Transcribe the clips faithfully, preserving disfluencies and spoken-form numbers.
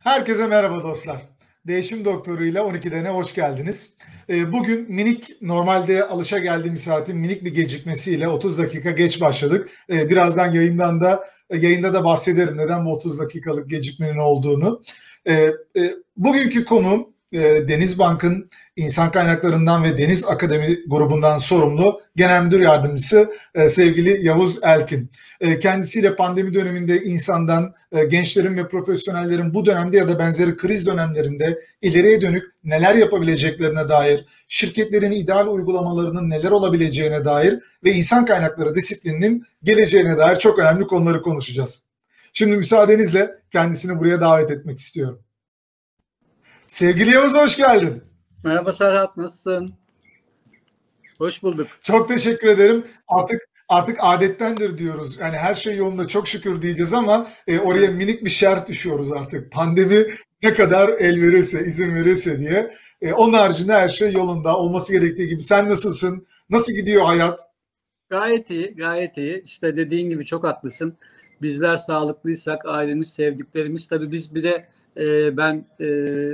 Herkese merhaba dostlar. Değişim Doktoru'yla on iki Den'e hoş geldiniz. Ee, Bugün minik, normalde alışageldiğimiz saatin minik bir gecikmesiyle otuz dakika geç başladık. Ee, Birazdan yayından da yayında da bahsederim neden bu otuz dakikalık gecikmenin olduğunu. Ee, e, Bugünkü konuğum e, Denizbank'ın İnsan Kaynaklarından ve Deniz Akademi grubundan sorumlu Genel Müdür Yardımcısı e, sevgili Yavuz Elkin. E, Kendisiyle pandemi döneminde insandan, e, gençlerin ve profesyonellerin bu dönemde ya da benzeri kriz dönemlerinde ileriye dönük neler yapabileceklerine dair, şirketlerin ideal uygulamalarının neler olabileceğine dair ve insan kaynakları disiplininin geleceğine dair çok önemli konuları konuşacağız. Şimdi müsaadenizle kendisini buraya davet etmek istiyorum. Sevgili Yavuz, hoş geldin. Merhaba Serhat, nasılsın? Hoş bulduk. Çok teşekkür ederim. Artık artık adettendir diyoruz. Yani her şey yolunda çok şükür diyeceğiz ama e, oraya minik bir şart düşüyoruz artık. Pandemi ne kadar el verirse, izin verirse diye. E, onun haricinde her şey yolunda, olması gerektiği gibi. Sen nasılsın? Nasıl gidiyor hayat? Gayet iyi, gayet iyi. İşte dediğin gibi çok haklısın. Bizler sağlıklıysak, ailemiz, sevdiklerimiz, tabii biz bir de e, ben e,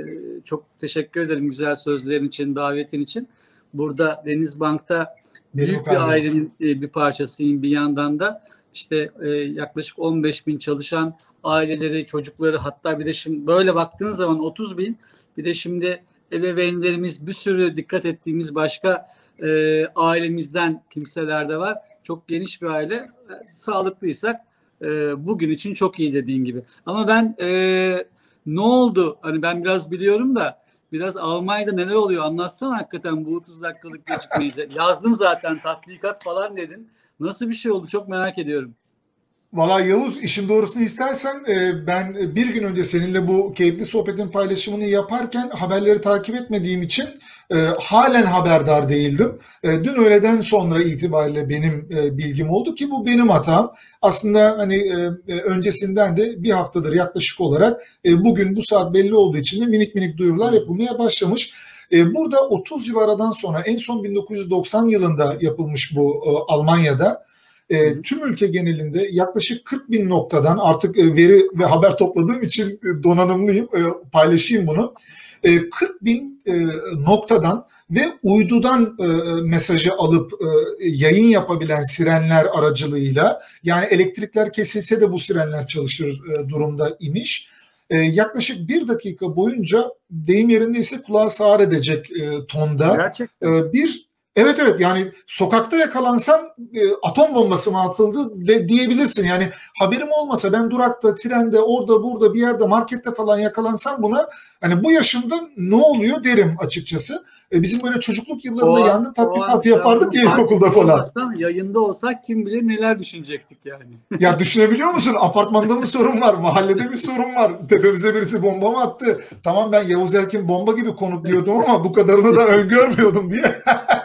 çok teşekkür ederim güzel sözlerin için, davetin için. Burada Denizbank'ta büyük bir ailenin e, bir parçasıyım. Bir yandan da işte e, yaklaşık on beş bin çalışan aileleri, çocukları, hatta bir de şimdi böyle baktığın zaman otuz bin, bir de şimdi ebeveynlerimiz, bir sürü dikkat ettiğimiz başka e, ailemizden kimseler de var. Çok geniş bir aile. E, sağlıklıysak e, bugün için çok iyi dediğin gibi. Ama ben e, ne oldu? Hani ben biraz biliyorum da biraz Almanya'da neler oluyor? Anlatsana hakikaten bu otuz dakikalık gecikmeyi. Yazdın zaten, tatbikat falan dedin. Nasıl bir şey oldu? Çok merak ediyorum. Valla Yavuz, işin doğrusunu istersen e, ben bir gün önce seninle bu keyifli sohbetin paylaşımını yaparken haberleri takip etmediğim için e, halen haberdar değildim. E, dün öğleden sonra itibariyle benim e, bilgim oldu ki bu benim hatam. Aslında hani e, öncesinden de bir haftadır yaklaşık olarak e, bugün bu saat belli olduğu için de minik minik duyurular yapılmaya başlamış. E, burada otuz yıl aradan sonra en son bin dokuz yüz doksan yılında yapılmış bu e, Almanya'da. E, tüm ülke genelinde yaklaşık kırk bin noktadan artık e, veri ve haber topladığım için e, donanımlıyım, e, paylaşayım bunu. E, kırk bin e, noktadan ve uydudan e, mesajı alıp e, yayın yapabilen sirenler aracılığıyla, yani elektrikler kesilse de bu sirenler çalışır e, durumda imiş. E, yaklaşık bir dakika boyunca deyim yerindeyse kulağa sağır edecek e, tonda Gerçekten. e, bir Evet evet, yani sokakta yakalansan e, atom bombası mı atıldı de, diyebilirsin. Yani haberim olmasa ben durakta, trende, orada burada bir yerde markette falan yakalansam buna hani bu yaşımda ne oluyor derim açıkçası. E, bizim böyle çocukluk yıllarında O an, yangın o an tatbikatı yapardık ya ilkokulda falan. olmasan, yayında olsak kim bilir neler düşünecektik yani. Ya düşünebiliyor musun? Apartmanda mı sorun var? Mahallede bir sorun var? Tepemize birisi bomba mı attı? Tamam, ben Yavuz Erkin bomba gibi konuk diyordum ama bu kadarını da öngörmüyordum diye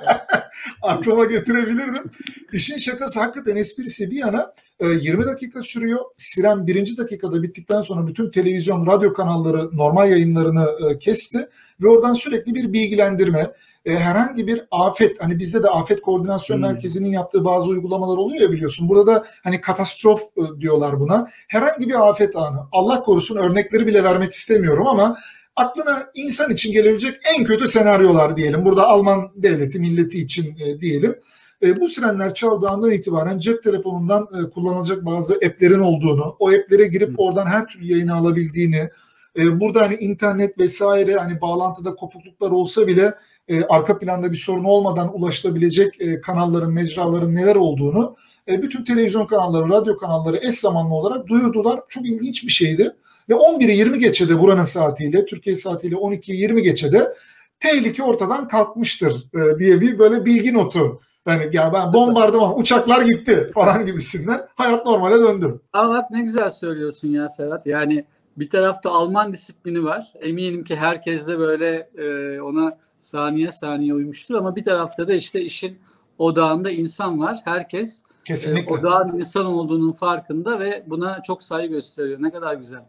aklıma getirebilirdim. İşin şakası, hakikaten esprisi bir yana, yirmi dakika sürüyor. Siren birinci dakikada bittikten sonra bütün televizyon, radyo kanalları normal yayınlarını kesti ve oradan sürekli bir bilgilendirme, herhangi bir afet, hani bizde de Afet Koordinasyon hmm. Merkezi'nin yaptığı bazı uygulamalar oluyor ya, biliyorsun. Burada da hani katastrof diyorlar buna. Herhangi bir afet anı, Allah korusun, örnekleri bile vermek istemiyorum ama aklına insan için gelebilecek en kötü senaryolar diyelim. Burada Alman devleti, milleti için e, diyelim. E, bu sirenler çaldığı andan itibaren cep telefonundan e, kullanılacak bazı app'lerin olduğunu, o app'lere girip oradan her türlü yayını alabildiğini, e, burada hani internet vesaire, hani bağlantıda kopukluklar olsa bile e, arka planda bir sorun olmadan ulaşılabilecek e, kanalların, mecraların neler olduğunu e, bütün televizyon kanalları, radyo kanalları eş zamanlı olarak duyurdular. Çok ilginç bir şeydi. Ve on biri yirmi geçede buranın saatiyle, Türkiye saatiyle on ikiyi yirmi geçede tehlike ortadan kalkmıştır e, diye bir böyle bilgi notu. Yani ya ben bombardıman, uçaklar gitti falan gibisinden hayat normale döndü. Ama bak ne güzel söylüyorsun ya Serhat. Yani bir tarafta Alman disiplini var. Eminim ki herkes de böyle e, ona saniye saniye uymuştur. Ama bir tarafta da işte işin odağında insan var. Herkes e, odağın insan olduğunun farkında ve buna çok saygı gösteriyor. Ne kadar güzel.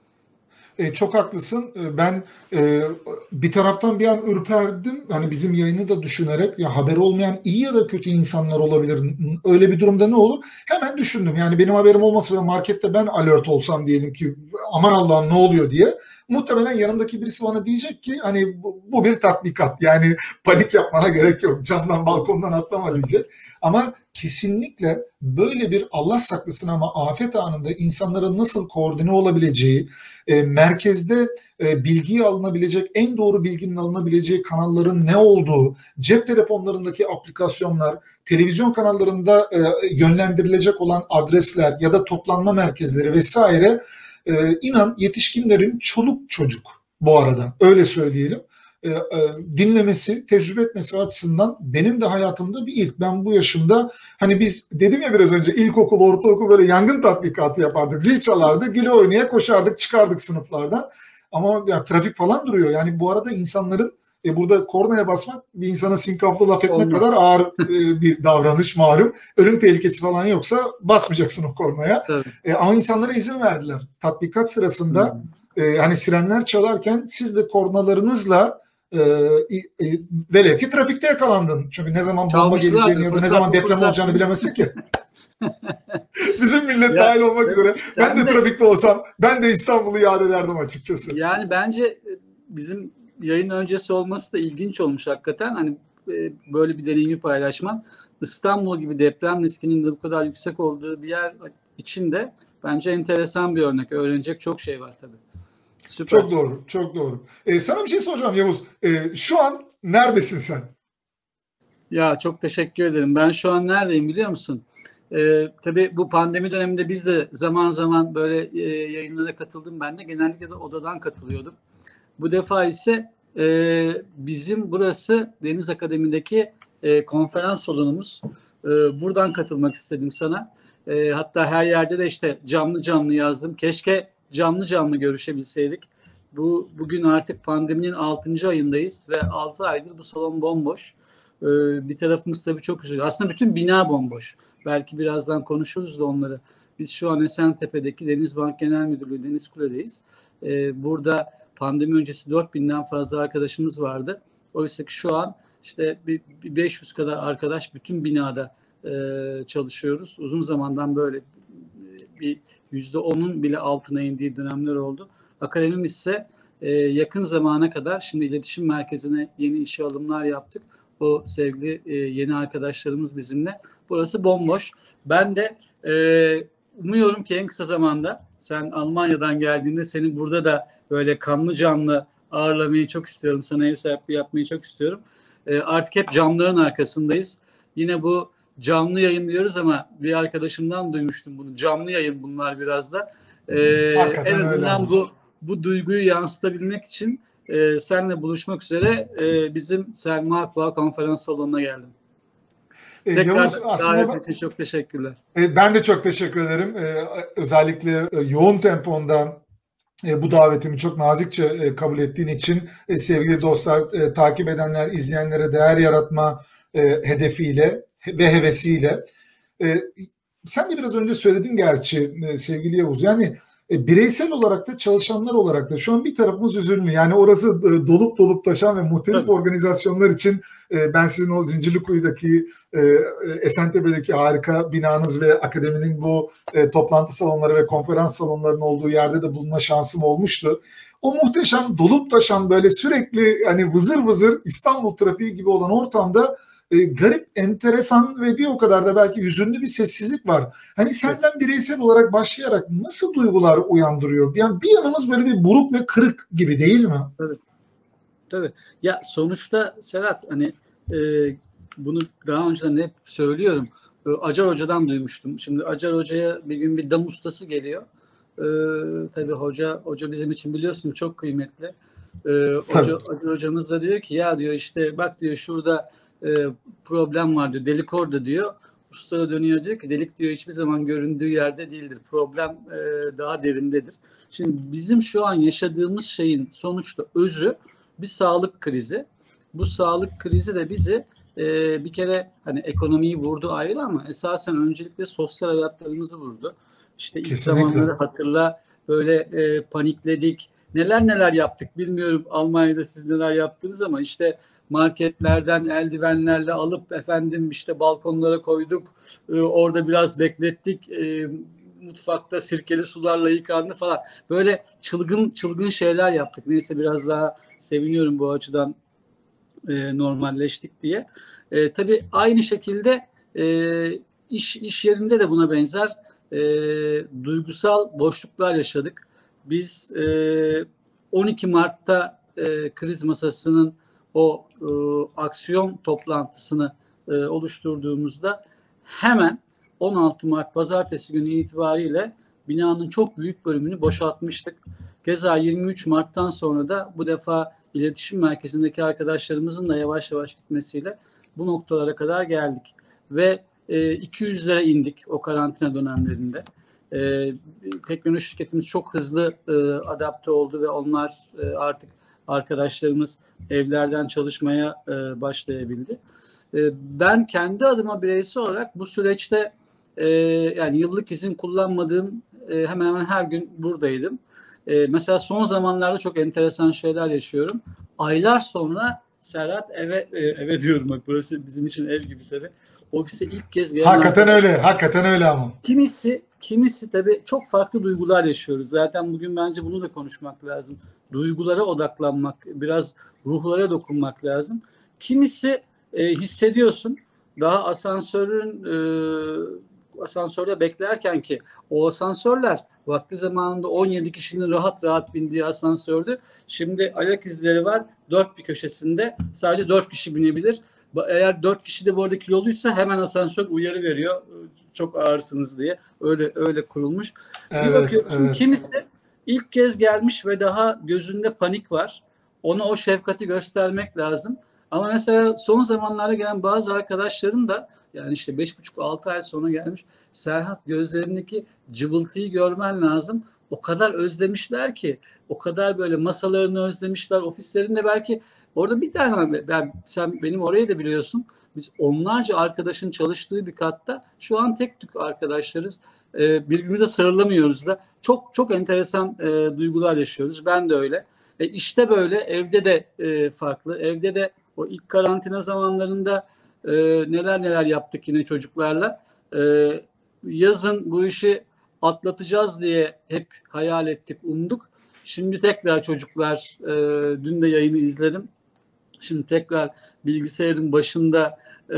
E, çok haklısın. E, ben e, bir taraftan bir an ürperdim. Hani bizim yayını da düşünerek, ya haber olmayan iyi ya da kötü insanlar olabilir. Öyle bir durumda ne olur? Hemen düşündüm. Yani benim haberim olmasa ve markette ben alert olsam diyelim ki, aman Allah'ım ne oluyor diye. muhtemelen yanımdaki birisi bana diyecek ki hani bu, bu bir tatbikat. Yani panik yapmana gerek yok. Camdan balkondan atlama diyecek. Ama kesinlikle böyle bir Allah saklasın ama afet anında insanların nasıl koordine olabileceği, e, merkezde e, bilgiyi alınabilecek, en doğru bilginin alınabileceği kanalların ne olduğu, cep telefonlarındaki aplikasyonlar, televizyon kanallarında e, yönlendirilecek olan adresler ya da toplanma merkezleri vesaire, e, inan yetişkinlerin çoluk çocuk bu arada öyle söyleyelim. E, e, dinlemesi, tecrübe etmesi açısından benim de hayatımda bir ilk. Ben bu yaşımda hani biz dedim ya biraz önce ilkokul, ortaokul böyle yangın tatbikatı yapardık. Zil çalardı, güle oynaya koşardık, çıkardık sınıflardan. Ama ya, trafik falan duruyor. Yani bu arada insanların e, burada kornaya basmak bir insana sinkaflı laf etmek Olmaz. kadar ağır e, bir davranış malum. Ölüm tehlikesi falan yoksa basmayacaksın o kornaya. E, ama insanlara izin verdiler. Tatbikat sırasında e, hani sirenler çalarken siz de kornalarınızla e, e, velev ki trafikte yakalandın. Çünkü ne zaman bomba geleceğini ya da ne zaman deprem olacağını bilemezsin ki. Bizim millet ya, dahil olmak üzere. Ben de, de trafikte olsam ben de İstanbul'u yad ederdim açıkçası. Yani bence bizim yayın öncesi olması da ilginç olmuş hakikaten. Hani böyle bir deneyimi paylaşman. İstanbul gibi deprem riskinin de bu kadar yüksek olduğu bir yer için de bence enteresan bir örnek. Öğrenecek çok şey var tabii. Süper. Çok doğru, çok doğru. Ee, sana bir şey soracağım Yavuz. Ee, şu an neredesin sen? Ya çok teşekkür ederim. Ben şu an neredeyim biliyor musun? Ee, tabii bu pandemi döneminde biz de zaman zaman böyle e, yayınlara katıldım ben de. Genellikle de odadan katılıyordum. Bu defa ise e, bizim burası Deniz Akademi'deki e, konferans salonumuz. E, buradan katılmak istedim sana. E, hatta her yerde de işte canlı canlı yazdım. Keşke canlı canlı görüşebilseydik. Bu bugün artık pandeminin altıncı ayındayız ve altı aydır bu salon bomboş. E, bir tarafımız tabii çok üzülüyor. Aslında bütün bina bomboş. Belki birazdan konuşuruz da onları. Biz şu an Esentepe'deki Denizbank Genel Müdürlüğü Denizkule'deyiz. E, burada pandemi öncesi dört binden fazla arkadaşımız vardı. Oysa ki şu an işte bir beş yüz kadar arkadaş bütün binada e, çalışıyoruz. Uzun zamandan böyle bir yüzde onun bile altına indiği dönemler oldu. Akademimiz ise e, yakın zamana kadar şimdi iletişim merkezine yeni işe alımlar yaptık. O sevgili e, yeni arkadaşlarımız bizimle. Burası bomboş. Ben de e, umuyorum ki en kısa zamanda sen Almanya'dan geldiğinde seni burada da böyle kanlı canlı ağırlamayı çok istiyorum. Sana ev sahipliği yapmayı çok istiyorum. E, artık hep camların arkasındayız. Yine bu canlı yayın diyoruz ama bir arkadaşımdan duymuştum bunu. Canlı yayın bunlar biraz da. E, en azından öyle. bu bu duyguyu yansıtabilmek için e, seninle buluşmak üzere e, bizim Selma Akbağ konferans salonuna geldim. E, Tekrar Yavuz, aslında için çok teşekkürler. E, ben de çok teşekkür ederim. E, özellikle e, yoğun temponda e, bu davetimi çok nazikçe e, kabul ettiğin için e, sevgili dostlar, e, takip edenler, izleyenlere değer yaratma e, hedefiyle ve hevesiyle. E, sen de biraz önce söyledin gerçi e, sevgili Yavuz. Yani e, bireysel olarak da çalışanlar olarak da şu an bir tarafımız üzülmüyor. Yani orası e, dolup dolup taşan ve muhtelif Tabii. organizasyonlar için e, ben sizin o Zincirlikuyu'daki e, Esentepe'deki harika binanız ve akademinin bu e, toplantı salonları ve konferans salonlarının olduğu yerde de bulunma şansım olmuştu. O muhteşem dolup taşan böyle sürekli hani vızır vızır İstanbul trafiği gibi olan ortamda E, garip, enteresan ve bir o kadar da belki hüzünlü bir sessizlik var. Hani senden bireysel olarak başlayarak nasıl duygular uyandırıyor? Yani bir yanımız böyle bir buruk ve kırık gibi değil mi? Tabii. Tabii. Ya sonuçta Serhat hani e, bunu daha önceden hep söylüyorum. E, Acar Hoca'dan duymuştum. Şimdi Acar Hoca'ya bir gün bir dam ustası geliyor. E, tabii hoca hoca bizim için biliyorsun çok kıymetli. E, hoca, Acar Hocamız da diyor ki ya diyor işte bak diyor şurada E, problem var diyor. Delik orada diyor. Ustaya dönüyor diyor ki delik diyor hiçbir zaman göründüğü yerde değildir. Problem e, daha derindedir. Şimdi bizim şu an yaşadığımız şeyin sonuçta özü bir sağlık krizi. Bu sağlık krizi de bizi e, bir kere hani ekonomiyi vurdu ayrı ama esasen öncelikle sosyal hayatlarımızı vurdu. İşte ilk Kesinlikle. zamanları hatırla böyle e, panikledik. Neler neler yaptık bilmiyorum Almanya'da siz neler yaptınız ama işte marketlerden eldivenlerle alıp efendim işte balkonlara koyduk. Ee, orada biraz beklettik. Ee, mutfakta sirkeli sularla yıkandı falan. Böyle çılgın çılgın şeyler yaptık. Neyse biraz daha seviniyorum bu açıdan e, normalleştik diye. E, tabii aynı şekilde e, iş iş yerinde de buna benzer e, duygusal boşluklar yaşadık. Biz e, on iki Mart'ta e, kriz masasının o e, aksiyon toplantısını e, oluşturduğumuzda hemen on altı Mart Pazartesi günü itibariyle binanın çok büyük bölümünü boşaltmıştık. Keza yirmi üç Mart'tan sonra da bu defa iletişim merkezindeki arkadaşlarımızın da yavaş yavaş gitmesiyle bu noktalara kadar geldik. Ve e, iki yüzlere indik o karantina dönemlerinde. E, teknoloji şirketimiz çok hızlı e, adapte oldu ve onlar e, artık arkadaşlarımız evlerden çalışmaya e, başlayabildi. E, ben kendi adıma bireysel olarak bu süreçte e, yani yıllık izin kullanmadığım e, hemen hemen her gün buradaydım. E, mesela son zamanlarda çok enteresan şeyler yaşıyorum. Aylar sonra Serhat eve e, eve diyorum bak burası bizim için ev gibi tabii. Ofise ilk kez gelen Hakikaten öyle, hakikaten öyle ama. Kimisi, kimisi tabii çok farklı duygular yaşıyoruz. Zaten bugün bence bunu da konuşmak lazım. Duygulara odaklanmak, biraz ruhlara dokunmak lazım. Kimisi e, hissediyorsun. Daha asansörün e, asansörde beklerken ki o asansörler vakti zamanında on yedi kişinin rahat rahat bindiği asansördü. Şimdi ayak izleri var. Dört bir köşesinde sadece dört kişi binebilir. Eğer dört kişi de bu arada kiloluysa hemen asansör uyarı veriyor. Çok ağırsınız diye. Öyle öyle kurulmuş. Evet, bir bakıyorsun evet. kimisi ilk kez gelmiş ve daha gözünde panik var. Ona o şefkati göstermek lazım. Ama mesela son zamanlarda gelen bazı arkadaşlarım da yani işte beş buçuk altı ay sonra gelmiş. Serhat gözlerindeki cıvıltıyı görmen lazım. O kadar özlemişler ki. O kadar böyle masalarını özlemişler. Ofislerinde belki orada bir tane ben, sen benim orayı da biliyorsun. Biz onlarca arkadaşın çalıştığı bir katta şu an tek tük arkadaşlarız. Ee, birbirimize sarılamıyoruz da. Çok çok enteresan e, duygular yaşıyoruz. Ben de öyle. E, işte böyle evde de e, farklı. Evde de o ilk karantina zamanlarında e, neler neler yaptık yine çocuklarla. E, yazın bu işi atlatacağız diye hep hayal ettik, umduk. Şimdi tekrar çocuklar, e, dün de yayını izledim. Şimdi tekrar bilgisayarın başında e,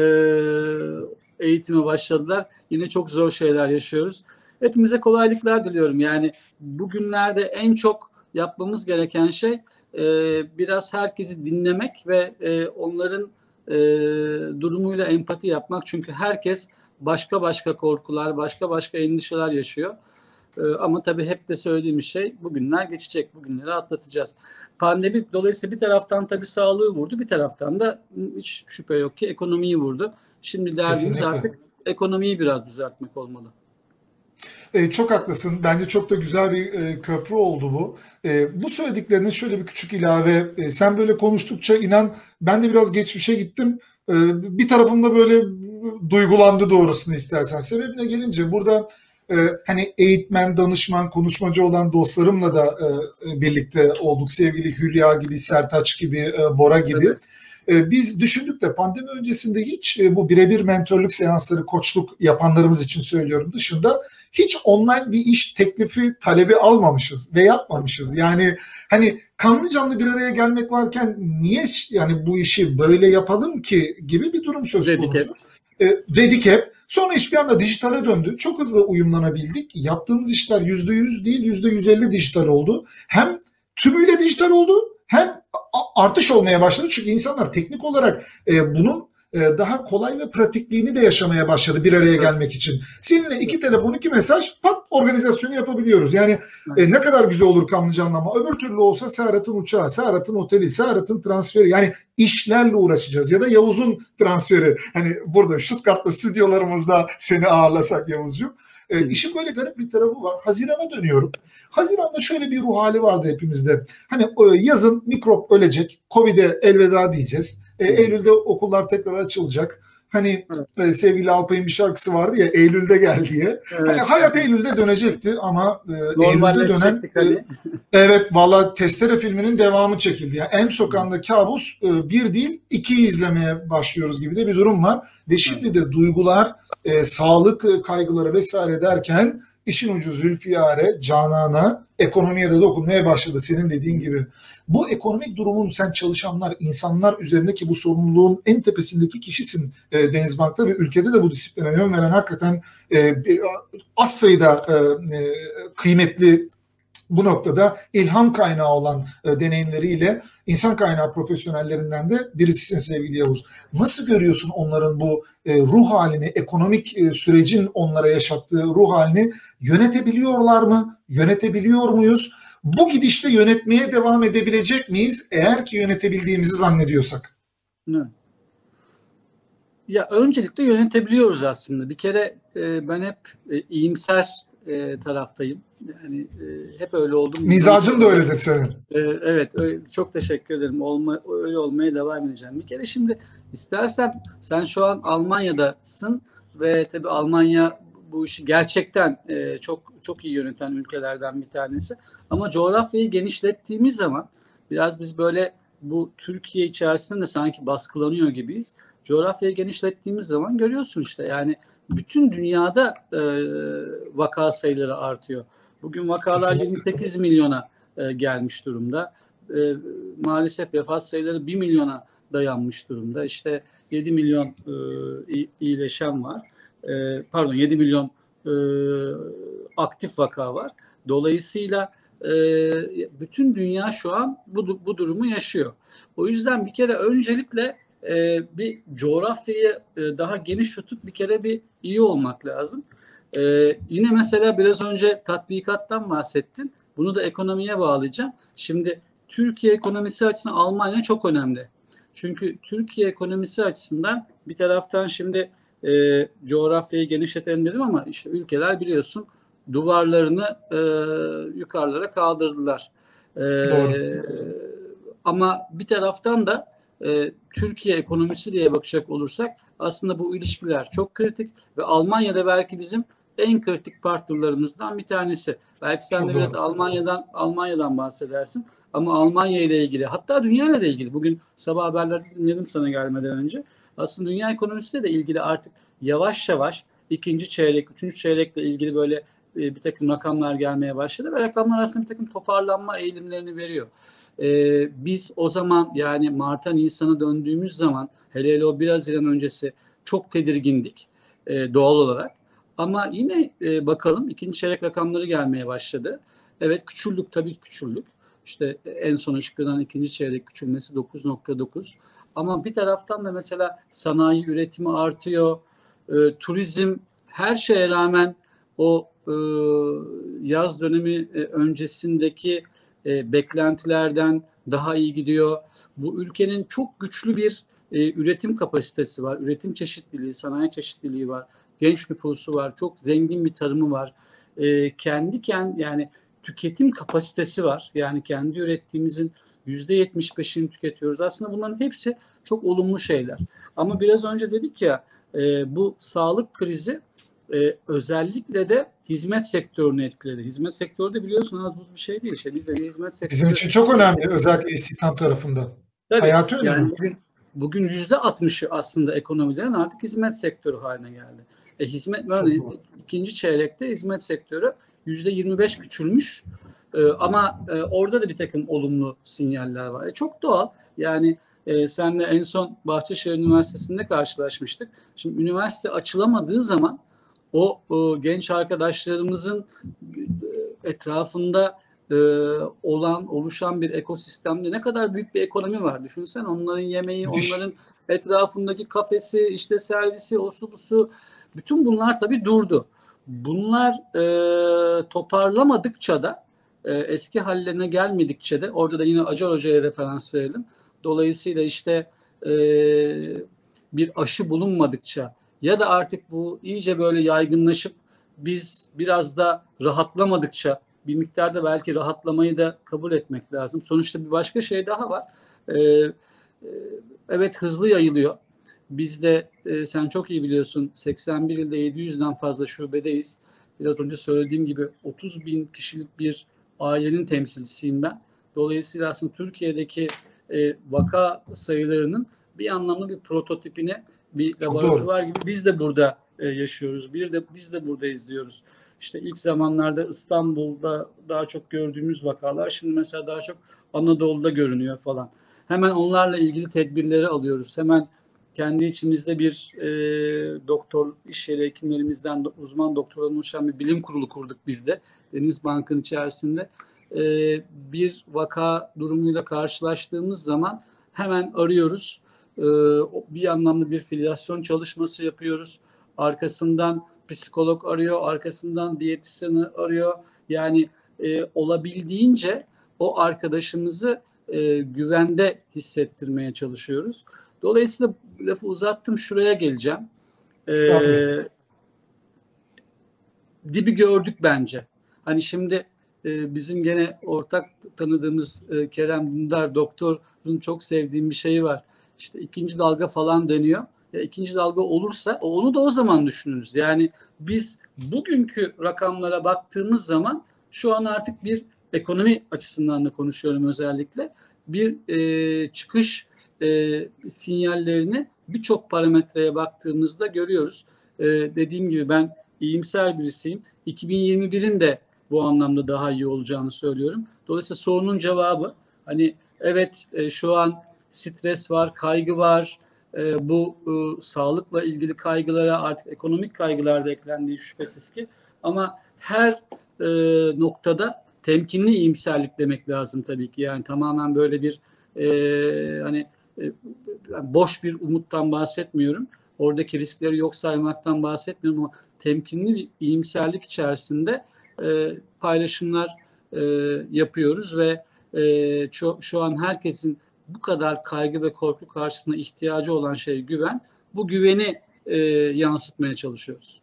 eğitime başladılar. Yine çok zor şeyler yaşıyoruz. Hepimize kolaylıklar diliyorum. Yani bugünlerde en çok yapmamız gereken şey e, biraz herkesi dinlemek ve e, onların e, durumuyla empati yapmak. Çünkü herkes başka başka korkular, başka başka endişeler yaşıyor. E, ama tabii hep de söylediğimiz şey bugünler geçecek, bugünleri atlatacağız. Pandemi dolayısıyla bir taraftan tabii sağlığı vurdu, bir taraftan da hiç şüphe yok ki ekonomiyi vurdu. Şimdi derdimiz Kesinlikle. artık ekonomiyi biraz düzeltmek olmalı. E, çok haklısın. Bence çok da güzel bir e, köprü oldu bu. E, bu söylediklerine şöyle bir küçük ilave. E, sen böyle konuştukça inan ben de biraz geçmişe gittim. E, bir tarafımda böyle duygulandı doğrusunu istersen. Sebebine gelince burada e, hani eğitmen, danışman, konuşmacı olan dostlarımla da e, birlikte olduk. Sevgili Hülya gibi, Sertaç gibi, e, Bora gibi. Evet. Biz düşündük de pandemi öncesinde hiç bu birebir mentörlük seansları, koçluk yapanlarımız için söylüyorum dışında hiç online bir iş teklifi, talebi almamışız ve yapmamışız. Yani hani kanlı canlı bir araya gelmek varken niye yani bu işi böyle yapalım ki gibi bir durum söz konusu. Dedik hep. Dedik hep. Sonra iş bir anda dijitale döndü. Çok hızlı uyumlanabildik. Yaptığımız işler yüzde yüz değil yüzde yüz elli dijital oldu. Hem tümüyle dijital oldu hem artış olmaya başladı. Çünkü insanlar teknik olarak e, bunun e, daha kolay ve pratikliğini de yaşamaya başladı bir araya gelmek için. Seninle iki telefon, iki mesaj pat organizasyonu yapabiliyoruz. Yani e, ne kadar güzel olur Kanlıcan'la ama öbür türlü olsa Serhat'ın uçağı, Serhat'ın oteli, Serhat'ın transferi yani işlerle uğraşacağız ya da Yavuz'un transferi. Hani burada Stuttgart'ta stüdyolarımızda seni ağırlasak Yavuzcuğum. E, işin böyle garip bir tarafı var. Haziran'a dönüyorum. Haziran'da şöyle bir ruh hali vardı hepimizde. Hani e, yazın mikrop ölecek, Covid'e elveda diyeceğiz. E, Eylül'de okullar tekrar açılacak. Hani evet. e, sevgili Alpay'ın bir şarkısı vardı ya Eylül'de gel diye. Evet. Hani hayat Eylül'de dönecekti ama e, Eylül'de dönen e, evet valla Testere filminin devamı çekildi. Yani M Sokağı'nda kabus e, bir değil iki izlemeye başlıyoruz gibi de bir durum var. Ve şimdi de duygular, e, sağlık kaygıları vesaire derken işin ucu Zülfiyar'e, Canan'a, ekonomiye de dokunmaya başladı senin dediğin gibi. Bu ekonomik durumun sen çalışanlar, insanlar üzerindeki bu sorumluluğun en tepesindeki kişisin e, Denizbank'ta ve ülkede de bu disipline yön veren hakikaten e, az sayıda e, e, kıymetli, bu noktada ilham kaynağı olan e, deneyimleriyle insan kaynağı profesyonellerinden de birisisin sevgili Yavuz. Nasıl görüyorsun onların bu e, ruh halini, ekonomik e, sürecin onlara yaşattığı ruh halini? Yönetebiliyorlar mı? Yönetebiliyor muyuz? Bu gidişle yönetmeye devam edebilecek miyiz? Eğer ki yönetebildiğimizi zannediyorsak. Evet. Ya öncelikle yönetebiliyoruz aslında. Bir kere e, ben hep e, iyimser e, taraftayım. Yani e, hep öyle oldum. Mizacın da öyledir senin. E, evet, öyle, çok teşekkür ederim. Olma, öyle olmaya devam edeceğim. Bir kere şimdi istersen sen şu an Almanya'dasın ve tabii Almanya bu işi gerçekten e, çok çok iyi yöneten ülkelerden bir tanesi. Ama coğrafyayı genişlettiğimiz zaman biraz biz böyle bu Türkiye içerisinde de sanki baskılanıyor gibiyiz. Coğrafyayı genişlettiğimiz zaman görüyorsun işte yani bütün dünyada e, vaka sayıları artıyor. Bugün vakalar yirmi sekiz milyona e, gelmiş durumda. E, maalesef vefat sayıları bir milyona dayanmış durumda. İşte yedi milyon e, iyileşen var. E, pardon yedi milyon e, aktif vaka var. Dolayısıyla e, bütün dünya şu an bu, bu durumu yaşıyor. O yüzden bir kere öncelikle e, bir coğrafyayı e, daha geniş tutup bir kere bir iyi olmak lazım. E, yine mesela biraz önce tatbikattan bahsettin. Bunu da ekonomiye bağlayacağım. Şimdi Türkiye ekonomisi açısından Almanya çok önemli. Çünkü Türkiye ekonomisi açısından bir taraftan şimdi e, coğrafyayı genişletelim dedim ama işte ülkeler biliyorsun duvarlarını e, yukarılara kaldırdılar. E, Doğru. Ama bir taraftan da e, Türkiye ekonomisi diye bakacak olursak aslında bu ilişkiler çok kritik ve Almanya'da belki bizim en kritik partnerlerimizden bir tanesi. Belki sen Çok de biraz doğru. Almanya'dan Almanya'dan bahsedersin. Ama Almanya ile ilgili hatta dünya ile ilgili bugün sabah haberleri dinledim sana gelmeden önce. Aslında dünya ekonomisiyle de ilgili artık yavaş yavaş ikinci çeyrek, üçüncü çeyrekle ilgili böyle e, bir takım rakamlar gelmeye başladı ve rakamlar aslında bir takım toparlanma eğilimlerini veriyor. Ee, biz o zaman yani Mart'a Nisan'a döndüğümüz zaman hele hele o bir Haziran öncesi çok tedirgindik e, doğal olarak. Ama yine e, bakalım ikinci çeyrek rakamları gelmeye başladı. Evet küçüldük tabii küçüldük. İşte en son açıklanan ikinci çeyrek küçülmesi dokuz nokta dokuz. Ama bir taraftan da mesela sanayi üretimi artıyor. E, turizm her şeye rağmen o e, yaz dönemi e, öncesindeki e, beklentilerden daha iyi gidiyor. Bu ülkenin çok güçlü bir e, üretim kapasitesi var. Üretim çeşitliliği, sanayi çeşitliliği var. Genç nüfusu var. Çok zengin bir tarımı var. E, kendi kendi yani tüketim kapasitesi var. Yani kendi ürettiğimizin yüzde yetmiş beşini tüketiyoruz. Aslında bunların hepsi çok olumlu şeyler. Ama biraz önce dedik ya e, bu sağlık krizi e, özellikle de hizmet sektörünü etkiledi. Hizmet sektörü de biliyorsun az buz bir şey değil. İşte biz de bir hizmet sektörü. Bizim için çok önemli özellikle istihdam tarafında. Tabii, hayatı önemli. Yani bugün bugün yüzde altmışı aslında ekonomilerin artık hizmet sektörü haline geldi. E, hizmet örneğin ikinci çeyrekte hizmet sektörü yüzde yirmi beş küçülmüş. E, ama e, orada da bir takım olumlu sinyaller var. E, çok doğal. Yani e, senle en son Bahçeşehir Üniversitesi'nde karşılaşmıştık. Şimdi üniversite açılamadığı zaman o, o genç arkadaşlarımızın etrafında e, olan, oluşan bir ekosistemde ne kadar büyük bir ekonomi var. Düşünsen onların yemeği, Müthiş. onların etrafındaki kafesi, işte servisi, osu busu, bütün bunlar tabii durdu. Bunlar e, toparlamadıkça da e, eski hallerine gelmedikçe de orada da yine Acar Hoca'ya referans verelim. Dolayısıyla işte e, bir aşı bulunmadıkça ya da artık bu iyice böyle yaygınlaşıp biz biraz da rahatlamadıkça bir miktarda belki rahatlamayı da kabul etmek lazım. Sonuçta bir başka şey daha var. Ee, e, evet hızlı yayılıyor. Biz de e, sen çok iyi biliyorsun seksen bir ilde yedi yüzden fazla şubedeyiz. Biraz önce söylediğim gibi otuz bin kişilik bir ailenin temsilcisiyim ben. Dolayısıyla aslında Türkiye'deki e, vaka sayılarının bir anlamda bir prototipine bir laboratuvar gibi biz de burada e, yaşıyoruz. Bir de biz de burada izliyoruz. İşte ilk zamanlarda İstanbul'da daha çok gördüğümüz vakalar şimdi mesela daha çok Anadolu'da görünüyor falan. Hemen onlarla ilgili tedbirleri alıyoruz. Hemen kendi içimizde bir e, doktor, iş yeri hekimlerimizden uzman doktorlardan oluşan bir bilim kurulu kurduk biz de. Denizbank'ın içerisinde. E, bir vaka durumuyla karşılaştığımız zaman hemen arıyoruz. E, bir anlamda bir filyasyon çalışması yapıyoruz. Arkasından psikolog arıyor, arkasından diyetisyeni arıyor. Yani e, olabildiğince o arkadaşımızı e, güvende hissettirmeye çalışıyoruz. Dolayısıyla lafı uzattım, şuraya geleceğim. Ee, dibi gördük bence. Hani şimdi e, bizim gene ortak tanıdığımız e, Kerem Dündar doktorun çok sevdiğim bir şeyi var. İşte ikinci dalga falan deniyor. Ya ikinci dalga olursa onu da o zaman düşünürüz. Yani biz bugünkü rakamlara baktığımız zaman şu an artık bir ekonomi açısından da konuşuyorum özellikle. Bir e, çıkış e, sinyallerini birçok parametreye baktığımızda görüyoruz. E, dediğim gibi ben iyimser birisiyim. iki bin yirmi birin de bu anlamda daha iyi olacağını söylüyorum. Dolayısıyla sorunun cevabı hani evet e, şu an stres var, kaygı var. E, bu e, sağlıkla ilgili kaygılara artık ekonomik kaygılar da eklendiği şüphesiz ki. Ama her e, noktada temkinli iyimserlik demek lazım tabii ki. Yani tamamen böyle bir e, hani e, boş bir umuttan bahsetmiyorum. Oradaki riskleri yok saymaktan bahsetmiyorum ama temkinli bir iyimserlik içerisinde e, paylaşımlar e, yapıyoruz ve e, şu, şu an herkesin bu kadar kaygı ve korku karşısında ihtiyacı olan şey güven. Bu güveni e, yansıtmaya çalışıyoruz.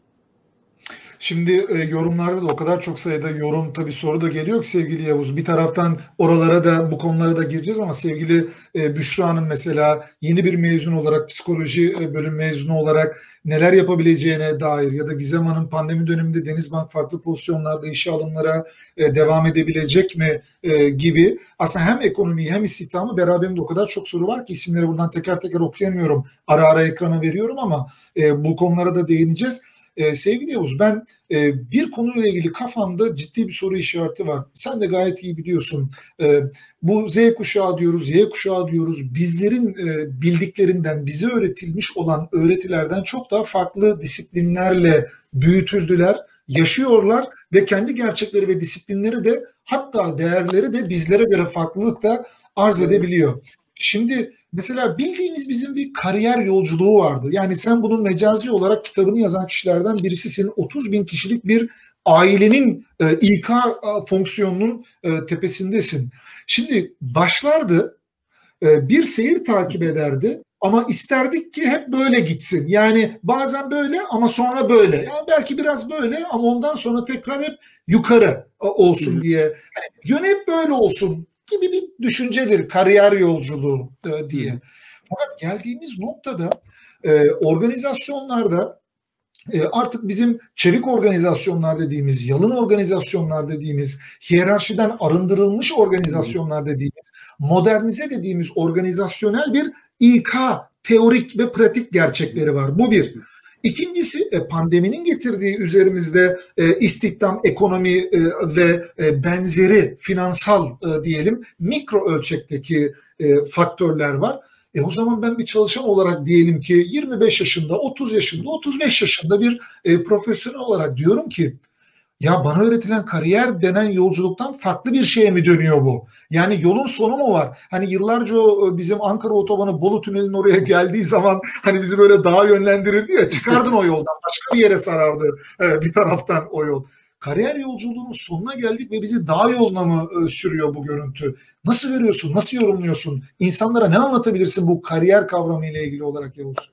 Şimdi e, yorumlarda da o kadar çok sayıda yorum tabii soru da geliyor ki sevgili Yavuz. Bir taraftan oralara da bu konulara da gireceğiz ama sevgili e, Büşra Hanım mesela yeni bir mezun olarak psikoloji e, bölüm mezunu olarak neler yapabileceğine dair ya da Gizem Hanım pandemi döneminde Denizbank farklı pozisyonlarda işe alımlara e, devam edebilecek mi e, gibi aslında hem ekonomiyi hem istihdamı beraberinde o kadar çok soru var ki isimleri buradan teker teker okuyamıyorum. Ara ara ekrana veriyorum ama e, bu konulara da değineceğiz. Ee, sevgili Yavuz ben e, bir konuyla ilgili kafamda ciddi bir soru işareti var. Sen de gayet iyi biliyorsun. E, bu Z kuşağı diyoruz, Y kuşağı diyoruz. Bizlerin e, bildiklerinden, bize öğretilmiş olan öğretilerden çok daha farklı disiplinlerle büyütüldüler, yaşıyorlar ve kendi gerçekleri ve disiplinleri de hatta değerleri de bizlere göre farklılık da arz edebiliyor. Şimdi mesela bildiğimiz bizim bir kariyer yolculuğu vardı. Yani sen bunun mecazi olarak kitabını yazan kişilerden birisisin. otuz bin kişilik bir ailenin e, İK fonksiyonunun e, tepesindesin. Şimdi başlardı, e, bir seyir takip ederdi. Ama isterdik ki hep böyle gitsin. Yani bazen böyle ama sonra böyle. Yani belki biraz böyle ama ondan sonra tekrar hep yukarı olsun diye. Yani yön hep böyle olsun gibi bir düşüncedir kariyer yolculuğu e, diye. Fakat geldiğimiz noktada e, organizasyonlarda e, artık bizim çevik organizasyonlar dediğimiz, yalın organizasyonlar dediğimiz, hiyerarşiden arındırılmış organizasyonlar dediğimiz, modernize dediğimiz organizasyonel bir İK, teorik ve pratik gerçekleri var. Bu bir. İkincisi pandeminin getirdiği üzerimizde e, istihdam, ekonomi e, ve e, benzeri finansal e, diyelim mikro ölçekteki e, faktörler var. E o zaman ben bir çalışan olarak diyelim ki yirmi beş yaşında, otuz yaşında, otuz beş yaşında bir e, profesyonel olarak diyorum ki ya bana öğretilen kariyer denen yolculuktan farklı bir şeye mi dönüyor bu? Yani yolun sonu mu var? Hani yıllarca o bizim Ankara otobanı Bolu Tüneli'nin oraya geldiği zaman hani bizi böyle dağa yönlendirirdi ya çıkardın o yoldan başka bir yere sarardı e, bir taraftan o yol. Kariyer yolculuğunun sonuna geldik ve bizi dağ yoluna mı e, sürüyor bu görüntü? Nasıl görüyorsun? Nasıl yorumluyorsun? İnsanlara ne anlatabilirsin bu kariyer kavramı ile ilgili olarak Yavuz?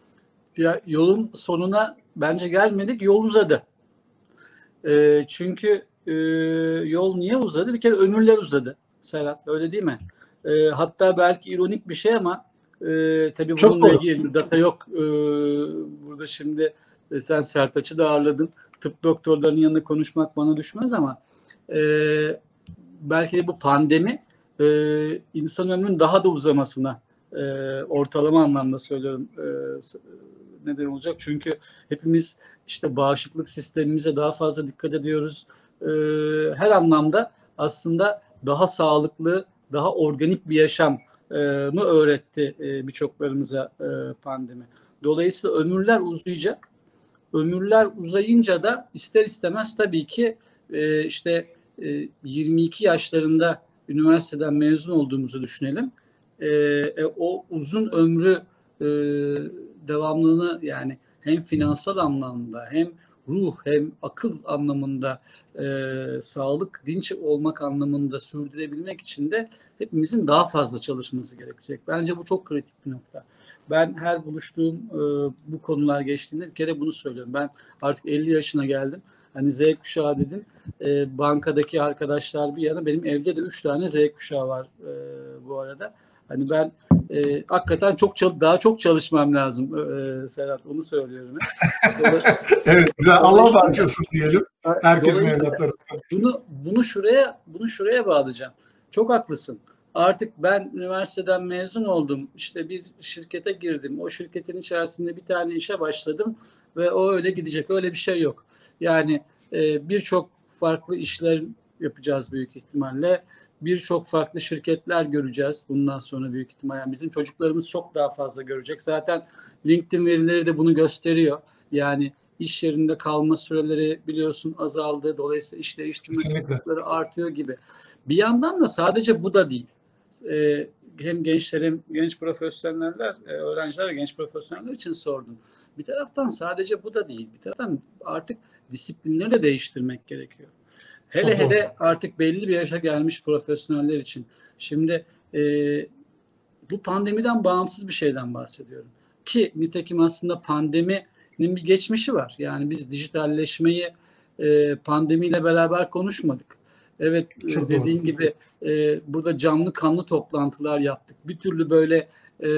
Ya yolun sonuna bence gelmedik, yol uzadı. E, çünkü e, yol niye uzadı? Bir kere ömürler uzadı Serhat, öyle değil mi? E, hatta belki ironik bir şey ama e, tabii Çok bununla doğru. ilgili bir data yok. E, burada şimdi e, sen Sertaç'ı da ağırladın. Tıp doktorlarının yanında konuşmak bana düşmez ama e, belki de bu pandemi e, insan ömrünün daha da uzamasına e, ortalama anlamda söylüyorum e, neden olacak. Çünkü hepimiz işte bağışıklık sistemimize daha fazla dikkat ediyoruz. E, her anlamda aslında daha sağlıklı, daha organik bir yaşam mı öğretti e, birçoklarımıza e, pandemi. Dolayısıyla ömürler uzayacak. Ömürler uzayınca da ister istemez tabii ki e, işte e, yirmi iki yaşlarında üniversiteden mezun olduğumuzu düşünelim. E, e, o uzun ömrü e, devamlılığını, yani hem finansal anlamda hem ruh hem akıl anlamında, e, sağlık, dinç olmak anlamında sürdürebilmek için de hepimizin daha fazla çalışması gerekecek. Bence bu çok kritik bir nokta. Ben her buluştuğum e, bu konular geçtiğinde bir kere bunu söylüyorum. Ben artık elli yaşına geldim. Hani Z kuşağı dedin. E, bankadaki arkadaşlar bir yana, benim evde de üç tane Z kuşağı var e, bu arada. Hani ben e, hakikaten çok daha çok çalışmam lazım e, Serhat. Onu söylüyorum. Evet, güzel. Allah bağışlasın diyelim. Herkesin evlatları. Bunu bunu şuraya bunu şuraya bağlayacağım. Çok haklısın. Artık ben üniversiteden mezun oldum. İşte bir şirkete girdim. O şirketin içerisinde bir tane işe başladım ve o öyle gidecek. Öyle bir şey yok. Yani e, birçok farklı işler yapacağız büyük ihtimalle. Birçok farklı şirketler göreceğiz bundan sonra büyük ihtimalle. Yani bizim çocuklarımız çok daha fazla görecek. Zaten LinkedIn verileri de bunu gösteriyor. Yani iş yerinde kalma süreleri biliyorsun azaldı. Dolayısıyla iş değiştirme sıklıkları artıyor gibi. Bir yandan da sadece bu da değil. Ee, hem gençlerim, genç profesyoneller, öğrenciler ve genç profesyoneller için sordum. Bir taraftan sadece bu da değil. Bir taraftan artık disiplinleri de değiştirmek gerekiyor. Hele Çok hele doğru. Artık belli bir yaşa gelmiş profesyoneller için. Şimdi e, bu pandemiden bağımsız bir şeyden bahsediyorum. Ki nitekim aslında pandeminin bir geçmişi var. Yani biz dijitalleşmeyi e, pandemiyle beraber konuşmadık. Evet, Çok dediğin doğru. gibi e, burada canlı kanlı toplantılar yaptık. Bir türlü böyle e,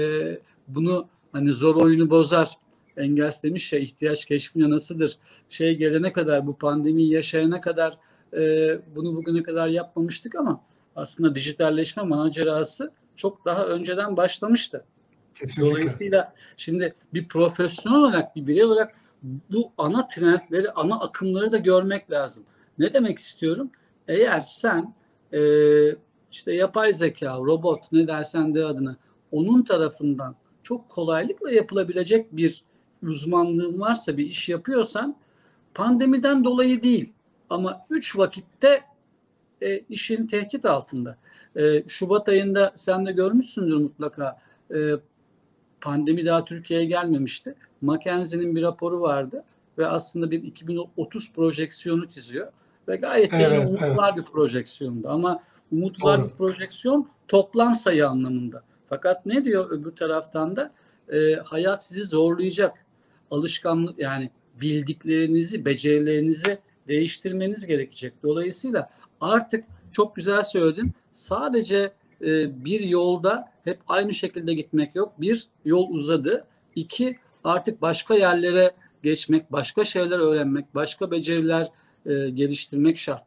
bunu hani zor oyunu bozar. Engels demiş ya, ihtiyaç keşfine nasıldır? Şey gelene kadar, bu pandemiyi yaşayana kadar e, bunu bugüne kadar yapmamıştık ama aslında dijitalleşme macerası çok daha önceden başlamıştı. Kesinlikle. Dolayısıyla şimdi bir profesyonel olarak, bir birey olarak bu ana trendleri, ana akımları da görmek lazım. Ne demek istiyorum? Eğer sen e, işte yapay zeka, robot, ne dersen de adına, onun tarafından çok kolaylıkla yapılabilecek bir uzmanlığın varsa, bir iş yapıyorsan, pandemiden dolayı değil ama üç vakitte e, işin tehdit altında. E, Şubat ayında sen de görmüşsündür mutlaka. E, pandemi daha Türkiye'ye gelmemişti. McKinsey'nin bir raporu vardı ve aslında bir iki bin otuz projeksiyonu çiziyor ve gayet evet, de umut evet. var bir projeksiyondu. Ama umut var bir projeksiyon toplam sayı anlamında. Fakat ne diyor öbür taraftan da? E, hayat sizi zorlayacak. Alışkanlık, yani bildiklerinizi, becerilerinizi değiştirmeniz gerekecek. Dolayısıyla artık çok güzel söyledin. Sadece e, bir yolda hep aynı şekilde gitmek yok. Bir, yol uzadı. İki, artık başka yerlere geçmek, başka şeyler öğrenmek, başka beceriler e, geliştirmek şart.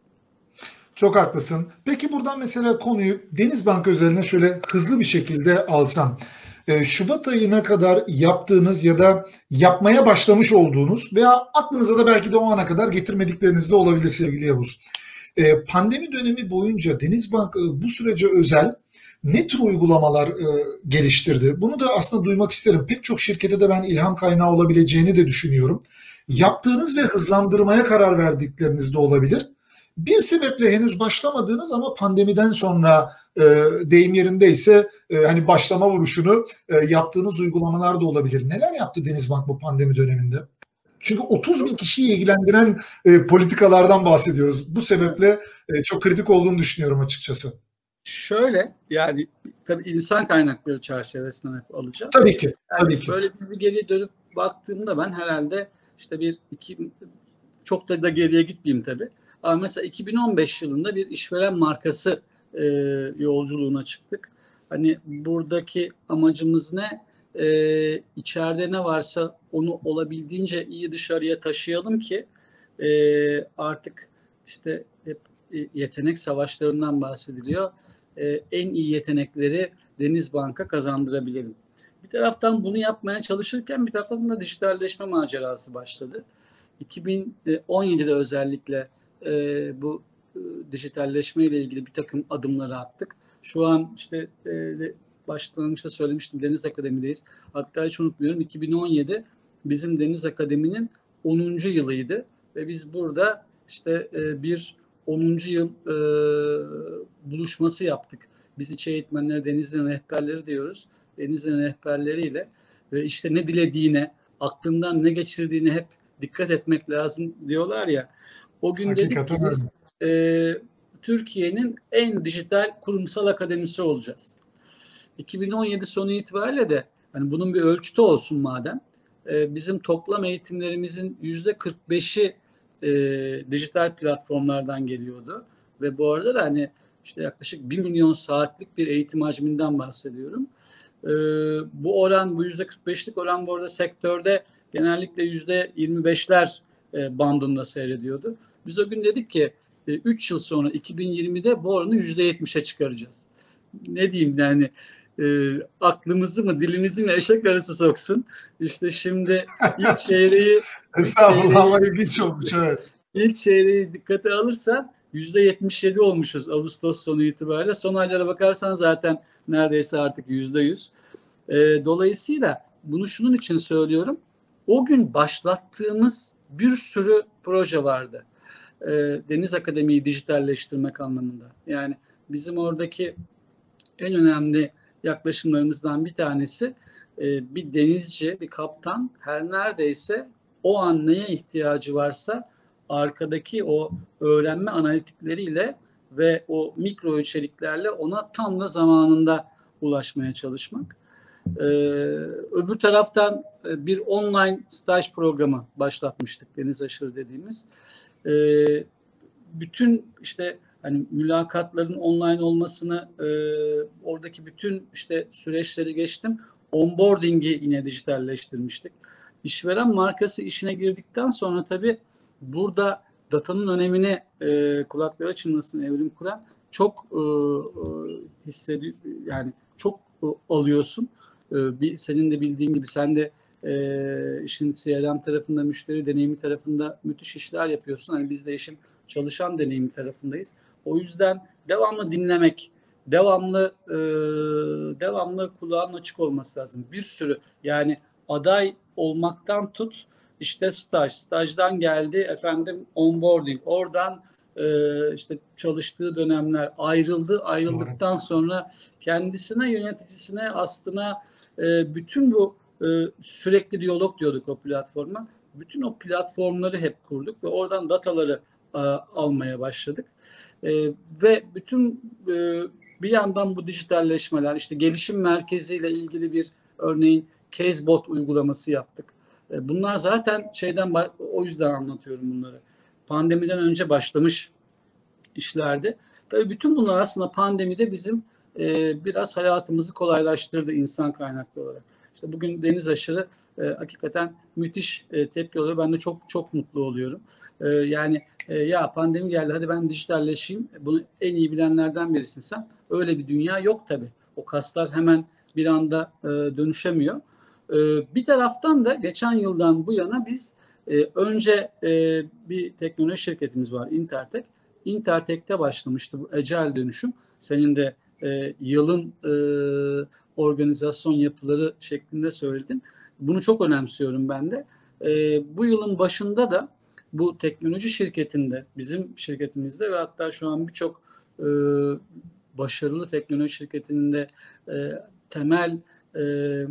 Çok haklısın. Peki buradan mesela konuyu Denizbank özeline şöyle hızlı bir şekilde alsam. Ee, Şubat ayına kadar yaptığınız ya da yapmaya başlamış olduğunuz veya aklınıza da belki de o ana kadar getirmedikleriniz de olabilir sevgili Yavuz. Ee, pandemi dönemi boyunca Denizbank bu sürece özel ne tür uygulamalar e, geliştirdi? Bunu da aslında duymak isterim. Pek çok şirkete de ben ilham kaynağı olabileceğini de düşünüyorum. Yaptığınız ve hızlandırmaya karar verdikleriniz de olabilir. Bir sebeple henüz başlamadığınız ama pandemiden sonra e, deyim yerindeyse e, hani başlama vuruşunu e, yaptığınız uygulamalar da olabilir. Neler yaptı Denizbank bu pandemi döneminde? Çünkü otuz bin kişiyi ilgilendiren e, politikalardan bahsediyoruz. Bu sebeple e, çok kritik olduğunu düşünüyorum açıkçası. Şöyle, yani tabii insan kaynakları çerçevesinden hep alacağım. Tabii ki. Yani tabii ki. Böyle bir geriye dönüp baktığımda ben herhalde işte bir iki çok da, da geriye gitmeyeyim tabii. Ama mesela iki bin on beş yılında bir işveren markası e, yolculuğuna çıktık. Hani buradaki amacımız ne? E, içeride ne varsa onu olabildiğince iyi dışarıya taşıyalım ki e, artık işte hep yetenek savaşlarından bahsediliyor. E, en iyi yetenekleri Denizbank'a kazandırabilelim. Bir taraftan bunu yapmaya çalışırken bir taraftan da dijitalleşme macerası başladı. iki bin on yedide özellikle e, bu e, dijitalleşme ile ilgili bir takım adımları attık. Şu an işte e, başlangıçta söylemiştim, Deniz Akademi'deyiz. Hatta hiç unutmuyorum, iki bin on yedi bizim Deniz Akademi'nin onuncu yılıydı ve biz burada işte e, bir onuncu yıl e, buluşması yaptık. Biz İç Eğitmenleri Denizli'nin rehberleri diyoruz. Denizli'nin rehberleriyle ve işte ne dilediğine, aklından ne geçirdiğine hep dikkat etmek lazım diyorlar ya. O gün dedik ki Hakikaten biz öyle. e, Türkiye'nin en dijital kurumsal akademisi olacağız. iki bin on yedi sonu itibariyle de hani bunun bir ölçütü olsun madem. E, bizim toplam eğitimlerimizin yüzde kırk beşi e, dijital platformlardan geliyordu. Ve bu arada da hani işte yaklaşık bir milyon saatlik bir eğitim hacminden bahsediyorum. E, bu oran, bu yüzde kırk beşlik oran bu arada sektörde genellikle yüzde yirmi beşler e, bandında seyrediyordu. Biz o gün dedik ki üç yıl sonra iki bin yirmide bu oranı yüzde yetmişe çıkaracağız. Ne diyeyim yani, e, aklımızı mı dilimizi mi eşek arası soksun. İşte şimdi ilk çeyreği ilk Estağfurullah, çeyreği ama ilginç olmuş, evet. ilk çeyreği dikkate alırsan yüzde yetmiş yedi olmuşuz Ağustos sonu itibariyle. Son aylara bakarsan zaten neredeyse artık yüzde yüz. E, dolayısıyla bunu şunun için söylüyorum. O gün başlattığımız bir sürü proje vardı. E, Deniz Akademi'yi dijitalleştirmek anlamında. Yani bizim oradaki en önemli yaklaşımlarımızdan bir tanesi, e, bir denizci, bir kaptan her neredeyse o an neye ihtiyacı varsa arkadaki o öğrenme analitikleriyle ve o mikro içeriklerle ona tam da zamanında ulaşmaya çalışmak. Ee, öbür taraftan e, bir online staj programı başlatmıştık, Deniz Aşırı dediğimiz. Ee, bütün işte hani mülakatların online olmasını, e, oradaki bütün işte süreçleri geçtim. Onboarding'i yine dijitalleştirmiştik. İşveren markası işine girdikten sonra tabii burada datanın önemini, e, kulakları çınlasın Evrim Kur'an, çok e, e, hissediyor, yani çok e, alıyorsun. E, bir, senin de bildiğin gibi sen de e, işin C R M tarafında, müşteri deneyimi tarafında müthiş işler yapıyorsun. Hani biz de işin çalışan deneyimi tarafındayız. O yüzden devamlı dinlemek, devamlı e, devamlı kulağın açık olması lazım. Bir sürü, yani aday olmaktan tut, işte staj, stajdan geldi efendim onboarding, oradan e, işte çalıştığı dönemler, ayrıldı, Doğru. ayrıldıktan sonra kendisine, yöneticisine, aslına e, bütün bu e, sürekli diyalog diyorduk o platforma. Bütün o platformları hep kurduk ve oradan dataları e, almaya başladık. E, ve bütün e, bir yandan bu dijitalleşmeler, işte gelişim merkeziyle ilgili bir örneğin Casebot uygulaması yaptık. E, bunlar zaten şeyden, o yüzden anlatıyorum bunları. Pandemiden önce başlamış işlerdi. Tabii bütün bunlar aslında pandemide bizim e, biraz hayatımızı kolaylaştırdı insan kaynaklı olarak. İşte bugün Deniz Aşırı e, hakikaten müthiş e, tepki oluyor. Ben de çok çok mutlu oluyorum. E, yani e, ya pandemi geldi, hadi ben dijitalleşeyim. Bunu en iyi bilenlerden birisin sen. Öyle bir dünya yok tabii. O kaslar hemen bir anda e, dönüşemiyor. E, bir taraftan da geçen yıldan bu yana biz e, önce e, bir teknoloji şirketimiz var, Intertek. Intertek'te başlamıştı bu Agile dönüşüm. Senin de e, yılın e, organizasyon yapıları şeklinde söyledin. Bunu çok önemsiyorum ben de. E, bu yılın başında da bu teknoloji şirketinde, bizim şirketimizde ve hatta şu an birçok e, başarılı teknoloji şirketinin de e, temel e, e,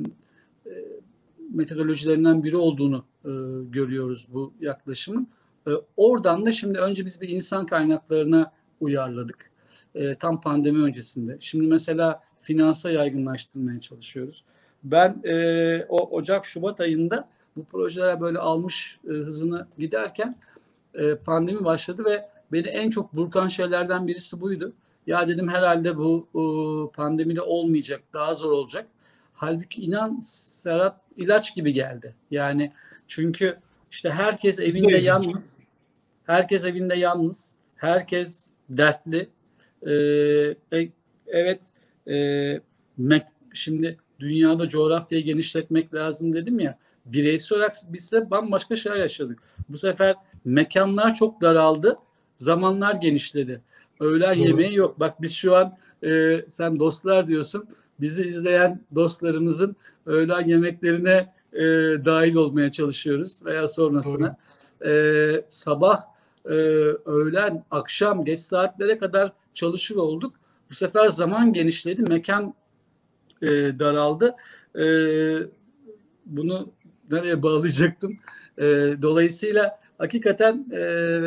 metodolojilerinden biri olduğunu e, görüyoruz bu yaklaşımın. E, oradan da şimdi önce biz bir insan kaynaklarına uyarladık. E, tam pandemi öncesinde. Şimdi mesela finansa yaygınlaştırmaya çalışıyoruz. Ben e, o Ocak-Şubat ayında bu projelere böyle almış e, hızını giderken e, pandemi başladı ve beni en çok burkan şeylerden birisi buydu. Ya dedim, herhalde bu e, pandemide olmayacak, daha zor olacak. Halbuki inan Serhat, ilaç gibi geldi. Yani çünkü işte herkes evinde İlginç. yalnız, herkes evinde yalnız, herkes dertli. Ee, e, evet, e, me- şimdi dünyada coğrafyayı genişletmek lazım dedim ya. Bireysel olarak biz de bambaşka şeyler yaşadık. Bu sefer mekanlar çok daraldı, zamanlar genişledi. Öğlen Doğru. yemeği yok. Bak biz şu an e, sen dostlar diyorsun. Bizi izleyen dostlarımızın öğlen yemeklerine e, dahil olmaya çalışıyoruz veya sonrasına. E, sabah, e, öğlen, akşam, geç saatlere kadar çalışır olduk. Bu sefer zaman genişledi, mekan e, daraldı. E, bunu nereye bağlayacaktım? E, dolayısıyla hakikaten e,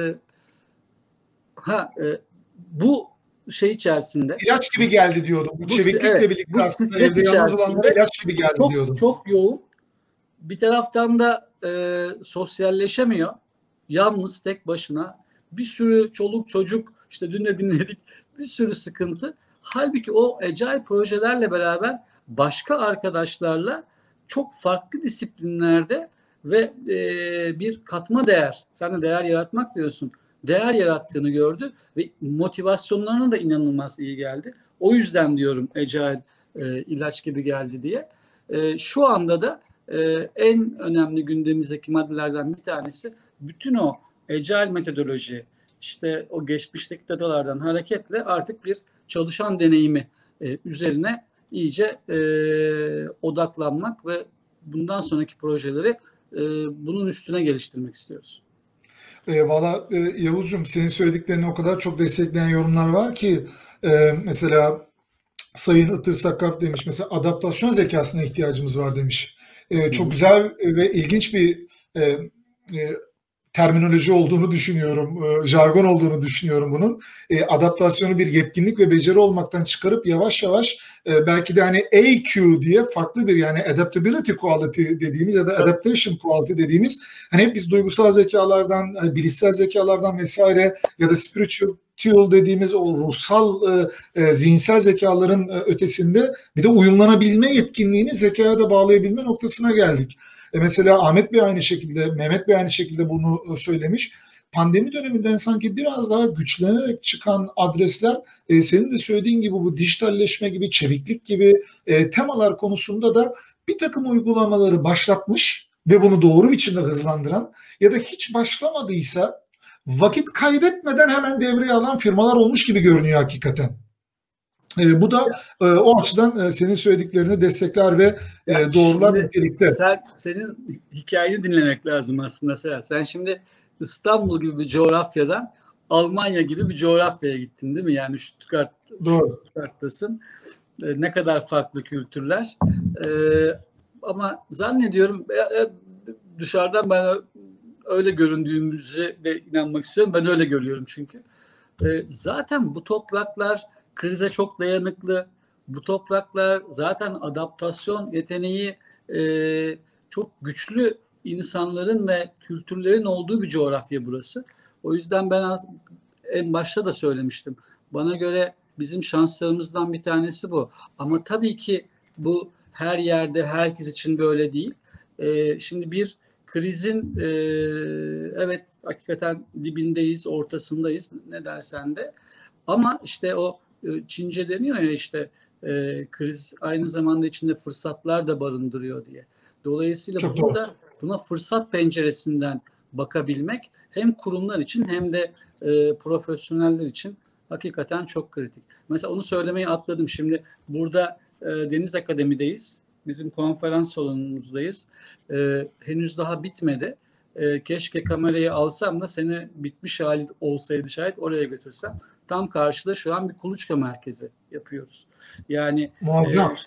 ha e, bu şey içerisinde İlaç gibi geldi diyordum. Bu bu çeviklikle evet birlikte bu aslında stres evde yalnız olanlara içerisinde ilaç gibi geldi çok diyordum. çok yoğun. Bir taraftan da e, sosyalleşemiyor. Yalnız tek başına bir sürü çoluk çocuk işte dün de dinledik bir sürü sıkıntı. Halbuki o agile projelerle beraber başka arkadaşlarla çok farklı disiplinlerde ve e, bir katma değer, sen de değer yaratmak diyorsun, değer yarattığını gördü ve motivasyonlarına da inanılmaz iyi geldi. O yüzden diyorum agile e, ilaç gibi geldi diye. E, şu anda da e, en önemli gündemimizdeki maddelerden bir tanesi bütün o agile metodoloji, işte o geçmişteki datalardan hareketle artık bir çalışan deneyimi e, üzerine iyice e, odaklanmak ve bundan sonraki projeleri e, bunun üstüne geliştirmek istiyoruz. E, Valla e, Yavuzcuğum, senin söylediklerini o kadar çok destekleyen yorumlar var ki e, mesela Sayın Itır Sakaf demiş, mesela adaptasyon zekasına ihtiyacımız var demiş. E, çok güzel ve ilginç bir e, e, terminoloji olduğunu düşünüyorum, e, jargon olduğunu düşünüyorum bunun. E, adaptasyonu bir yetkinlik ve beceri olmaktan çıkarıp yavaş yavaş e, belki de hani A Q diye farklı bir, yani adaptability quality dediğimiz ya da adaptation quality dediğimiz, hani hep biz duygusal zekalardan, yani bilişsel zekalardan vesaire ya da spiritual dediğimiz o ruhsal e, e, zihinsel zekaların e, ötesinde bir de uyumlanabilme yetkinliğini zekaya da bağlayabilme noktasına geldik. E mesela Ahmet Bey aynı şekilde, Mehmet Bey aynı şekilde bunu söylemiş. Pandemi döneminden sanki biraz daha güçlenerek çıkan adresler, e, senin de söylediğin gibi bu dijitalleşme gibi, çeviklik gibi e, temalar konusunda da bir takım uygulamaları başlatmış ve bunu doğru biçimde hızlandıran ya da hiç başlamadıysa vakit kaybetmeden hemen devreye alan firmalar olmuş gibi görünüyor hakikaten. E, bu da e, o açıdan e, senin söylediklerini destekler ve e, Yani doğrular şimdi nitelikte. sen senin hikayeni dinlemek lazım aslında Serhat. Sen şimdi İstanbul gibi bir coğrafyadan Almanya gibi bir coğrafyaya gittin değil mi? Yani Stuttgart, Doğru. Stuttgart'tasın. E, ne kadar farklı kültürler. E, ama zannediyorum e, e, dışarıdan ben öyle göründüğümüze de inanmak istiyorum. Ben öyle görüyorum çünkü. E, zaten bu topraklar krize çok dayanıklı. Bu topraklar zaten adaptasyon yeteneği e, çok güçlü insanların ve kültürlerin olduğu bir coğrafya burası. O yüzden ben en başta da söylemiştim. Bana göre bizim şanslarımızdan bir tanesi bu. Ama tabii ki bu her yerde herkes için böyle değil. E, şimdi bir krizin e, evet hakikaten dibindeyiz, ortasındayız ne dersen de. Ama işte o e, Çince deniyor ya işte e, kriz aynı zamanda içinde fırsatlar da barındırıyor diye. Dolayısıyla Çok doğru. burada buna fırsat penceresinden bakabilmek hem kurumlar için hem de e, profesyoneller için hakikaten çok kritik. Mesela onu söylemeyi atladım. Şimdi burada e, Deniz Akademi'deyiz. Bizim konferans salonumuzdayız. E, henüz daha bitmedi. E, keşke kamerayı alsam da seni bitmiş hali olsaydı şayet oraya götürsem. Tam karşıda şu an bir kuluçka merkezi yapıyoruz. Yani Muazzam. e,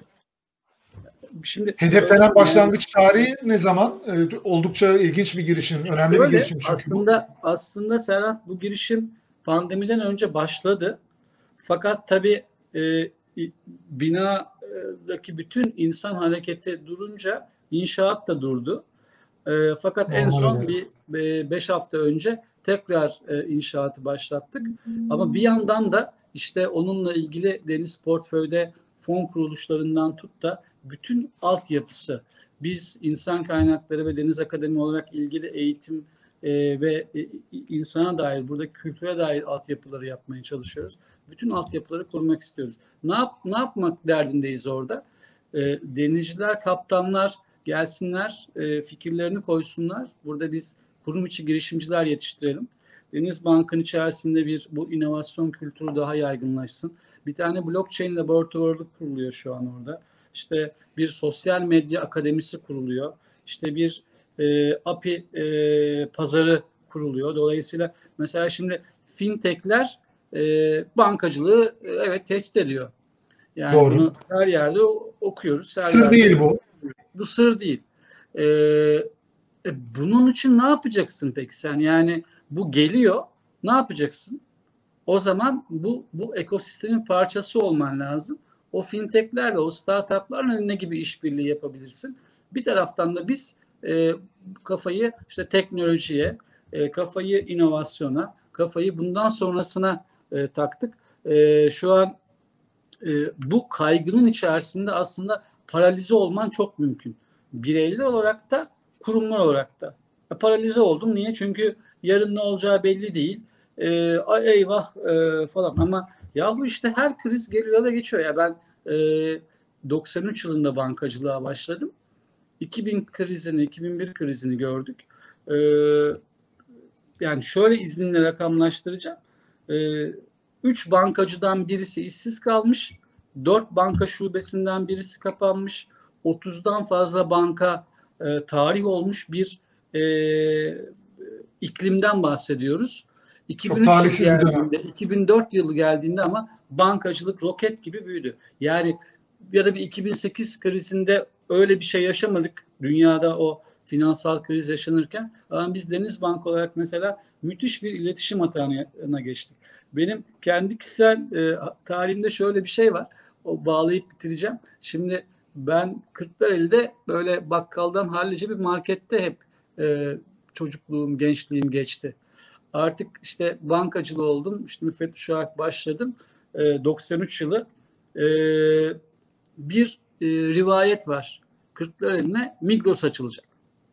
şimdi Hedeflenen başlangıç yani, tarihi ne zaman? Ee, oldukça ilginç bir girişim, önemli böyle, bir girişim çünkü aslında, bu. Aslında Serhat bu girişim pandemiden önce başladı. Fakat tabii e, binadaki bütün insan hareketi durunca inşaat da durdu. E, fakat Normal en son olarak. bir beş hafta önce tekrar e, inşaatı başlattık. Ama bir yandan da işte onunla ilgili Deniz Portföy'de fon kuruluşlarından tut da bütün altyapısı, biz insan kaynakları ve Deniz Akademi olarak ilgili eğitim e, ve e, insana dair, burada kültüre dair altyapıları yapmaya çalışıyoruz. Bütün altyapıları kurmak istiyoruz. Ne yap, ne yapmak derdindeyiz orada? E, denizciler, kaptanlar gelsinler, e, fikirlerini koysunlar. Burada biz kurum içi girişimciler yetiştirelim. Denizbank'ın içerisinde bir bu inovasyon kültürü daha yaygınlaşsın. Bir tane blockchain laboratuvarı kuruluyor şu an orada. İşte bir sosyal medya akademisi kuruluyor. İşte bir e, A P I e, pazarı kuruluyor. Dolayısıyla mesela şimdi fintechler e, bankacılığı e, evet tehdit ediyor. Yani Doğru. bunu her yerde okuyoruz. Her Sır yerde. değil bu. Bu sır değil. Ee, e, bunun için ne yapacaksın peki sen? Yani bu geliyor. Ne yapacaksın? O zaman bu bu ekosistemin parçası olman lazım. O fintechlerle, o startuplarla ne gibi işbirliği yapabilirsin? Bir taraftan da biz e, kafayı işte teknolojiye, e, kafayı inovasyona, kafayı bundan sonrasına e, taktık. E, şu an e, bu kaygının içerisinde aslında paralize olman çok mümkün. Bireyler olarak da, kurumlar olarak da. E, paralize oldum. Niye? Çünkü yarın ne olacağı belli değil. E, ay eyvah e, falan. Ama yahu işte her kriz geliyor ve geçiyor. Ya ben e, doksan üç yılında bankacılığa başladım. iki bin krizini, iki bin bir krizini gördük. E, yani şöyle izninle rakamlaştıracağım. E, üç bankacıdan birisi işsiz kalmış. dört banka şubesinden birisi kapanmış. otuzdan fazla banka e, tarih olmuş bir e, iklimden bahsediyoruz. Çok iki bin üç yılı talihsiz bir dönem. geldiğinde, iki bin dört yılı geldiğinde ama bankacılık roket gibi büyüdü. Yani ya da bir iki bin sekiz krizinde öyle bir şey yaşamadık. Dünyada o finansal kriz yaşanırken. Ama biz Denizbank olarak mesela müthiş bir iletişim hatlarına geçtik. Benim kendi kişisel e, tarihimde şöyle bir şey var. O bağlayıp bitireceğim. Şimdi ben Kırklareli'de böyle bakkaldan hallice bir markette hep e, çocukluğum, gençliğim geçti. Artık işte bankacılığı oldum. İşte müfettiş olarak başladım. E, doksan üç yılı. E, bir e, rivayet var. Kırklareli'ne Migros açılacak.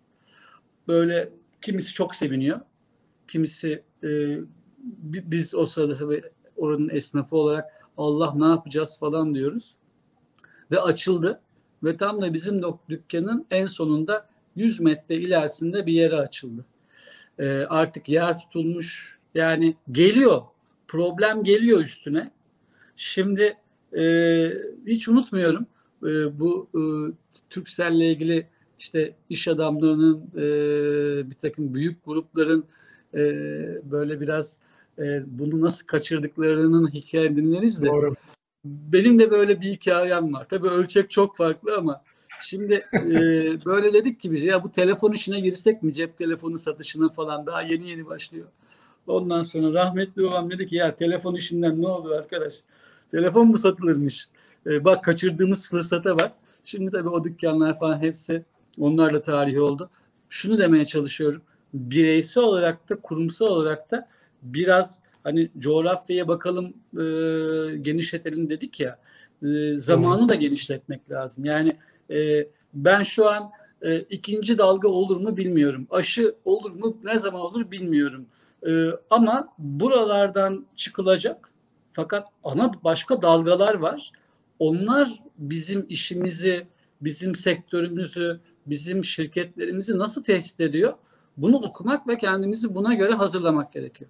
Böyle kimisi çok seviniyor. Kimisi e, biz o sırada tabii oranın esnafı olarak Allah ne yapacağız falan diyoruz. Ve açıldı. Ve tam da bizim dükkanın en sonunda yüz metre ilerisinde bir yere açıldı. E, artık yer tutulmuş. Yani geliyor. Problem geliyor üstüne. Şimdi e, hiç unutmuyorum e, bu e, Turkcell'le ilgili işte iş adamlarının e, bir takım büyük grupların e, böyle biraz e, bunu nasıl kaçırdıklarının hikaye dinleriz de. Doğru. Benim de böyle bir hikayem var. Tabii ölçek çok farklı ama şimdi e, böyle dedik ki biz ya bu telefon işine girsek mi? Cep telefonu satışına falan daha yeni yeni başlıyor. Ondan sonra rahmetli babam dedi ki ya telefon işinden ne oldu arkadaş? Telefon mu satılırmış? E, bak kaçırdığımız fırsata bak. Şimdi tabii o dükkanlar falan hepsi onlarla tarihi oldu. Şunu demeye çalışıyorum. Bireysel olarak da kurumsal olarak da biraz hani coğrafyaya bakalım e, genişletelim dedik ya. E, zamanı da genişletmek lazım. Yani e, ben şu an e, ikinci dalga olur mu bilmiyorum. Aşı olur mu ne zaman olur bilmiyorum. E, ama buralardan çıkılacak. Fakat ana başka dalgalar var. Onlar bizim işimizi, bizim sektörümüzü, bizim şirketlerimizi nasıl tehdit ediyor? Bunu okumak ve kendimizi buna göre hazırlamak gerekiyor.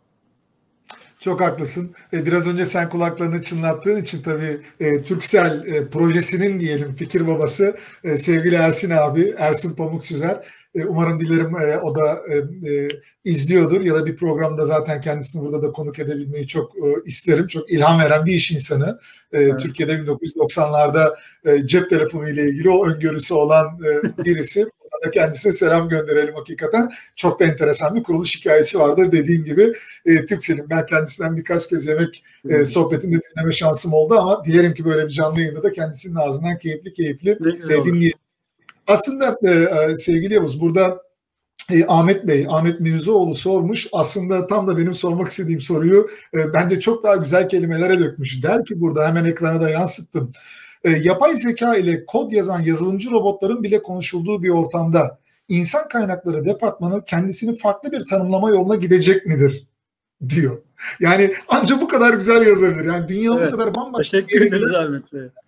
Çok haklısın. Biraz önce sen kulaklarını çınlattığın için tabii e, Turkcell e, projesinin diyelim fikir babası e, sevgili Ersin abi, Ersin Pamuksüzer. E, umarım dilerim e, o da e, e, izliyordur ya da bir programda zaten kendisini burada da konuk edebilmeyi çok e, isterim. Çok ilham veren bir iş insanı. E, evet. Türkiye'de bin dokuz yüz doksanlarda e, cep telefonu ile ilgili o öngörüsü olan e, birisi. Kendisine selam gönderelim hakikaten. Çok da enteresan bir kuruluş hikayesi vardır dediğim gibi. E, Turkcell'in ben kendisinden birkaç kez yemek e, sohbetinde dinleme şansım oldu ama dilerim ki böyle bir canlı yayında da kendisinin ağzından keyifli keyifli e, dinleyelim. Aslında e, sevgili Yavuz burada e, Ahmet Bey, Ahmet Mirzoğlu sormuş. Aslında tam da benim sormak istediğim soruyu e, bence çok daha güzel kelimelere dökmüş. Der ki burada hemen ekrana da yansıttım. E, yapay zeka ile kod yazan yazılımcı robotların bile konuşulduğu bir ortamda insan kaynakları departmanı kendisini farklı bir tanımlama yoluna gidecek midir diyor. Yani ancak bu kadar güzel yazabilir. Yani dünya evet. bu kadar bambaşka. Teşekkür ederiz Ahmet Bey.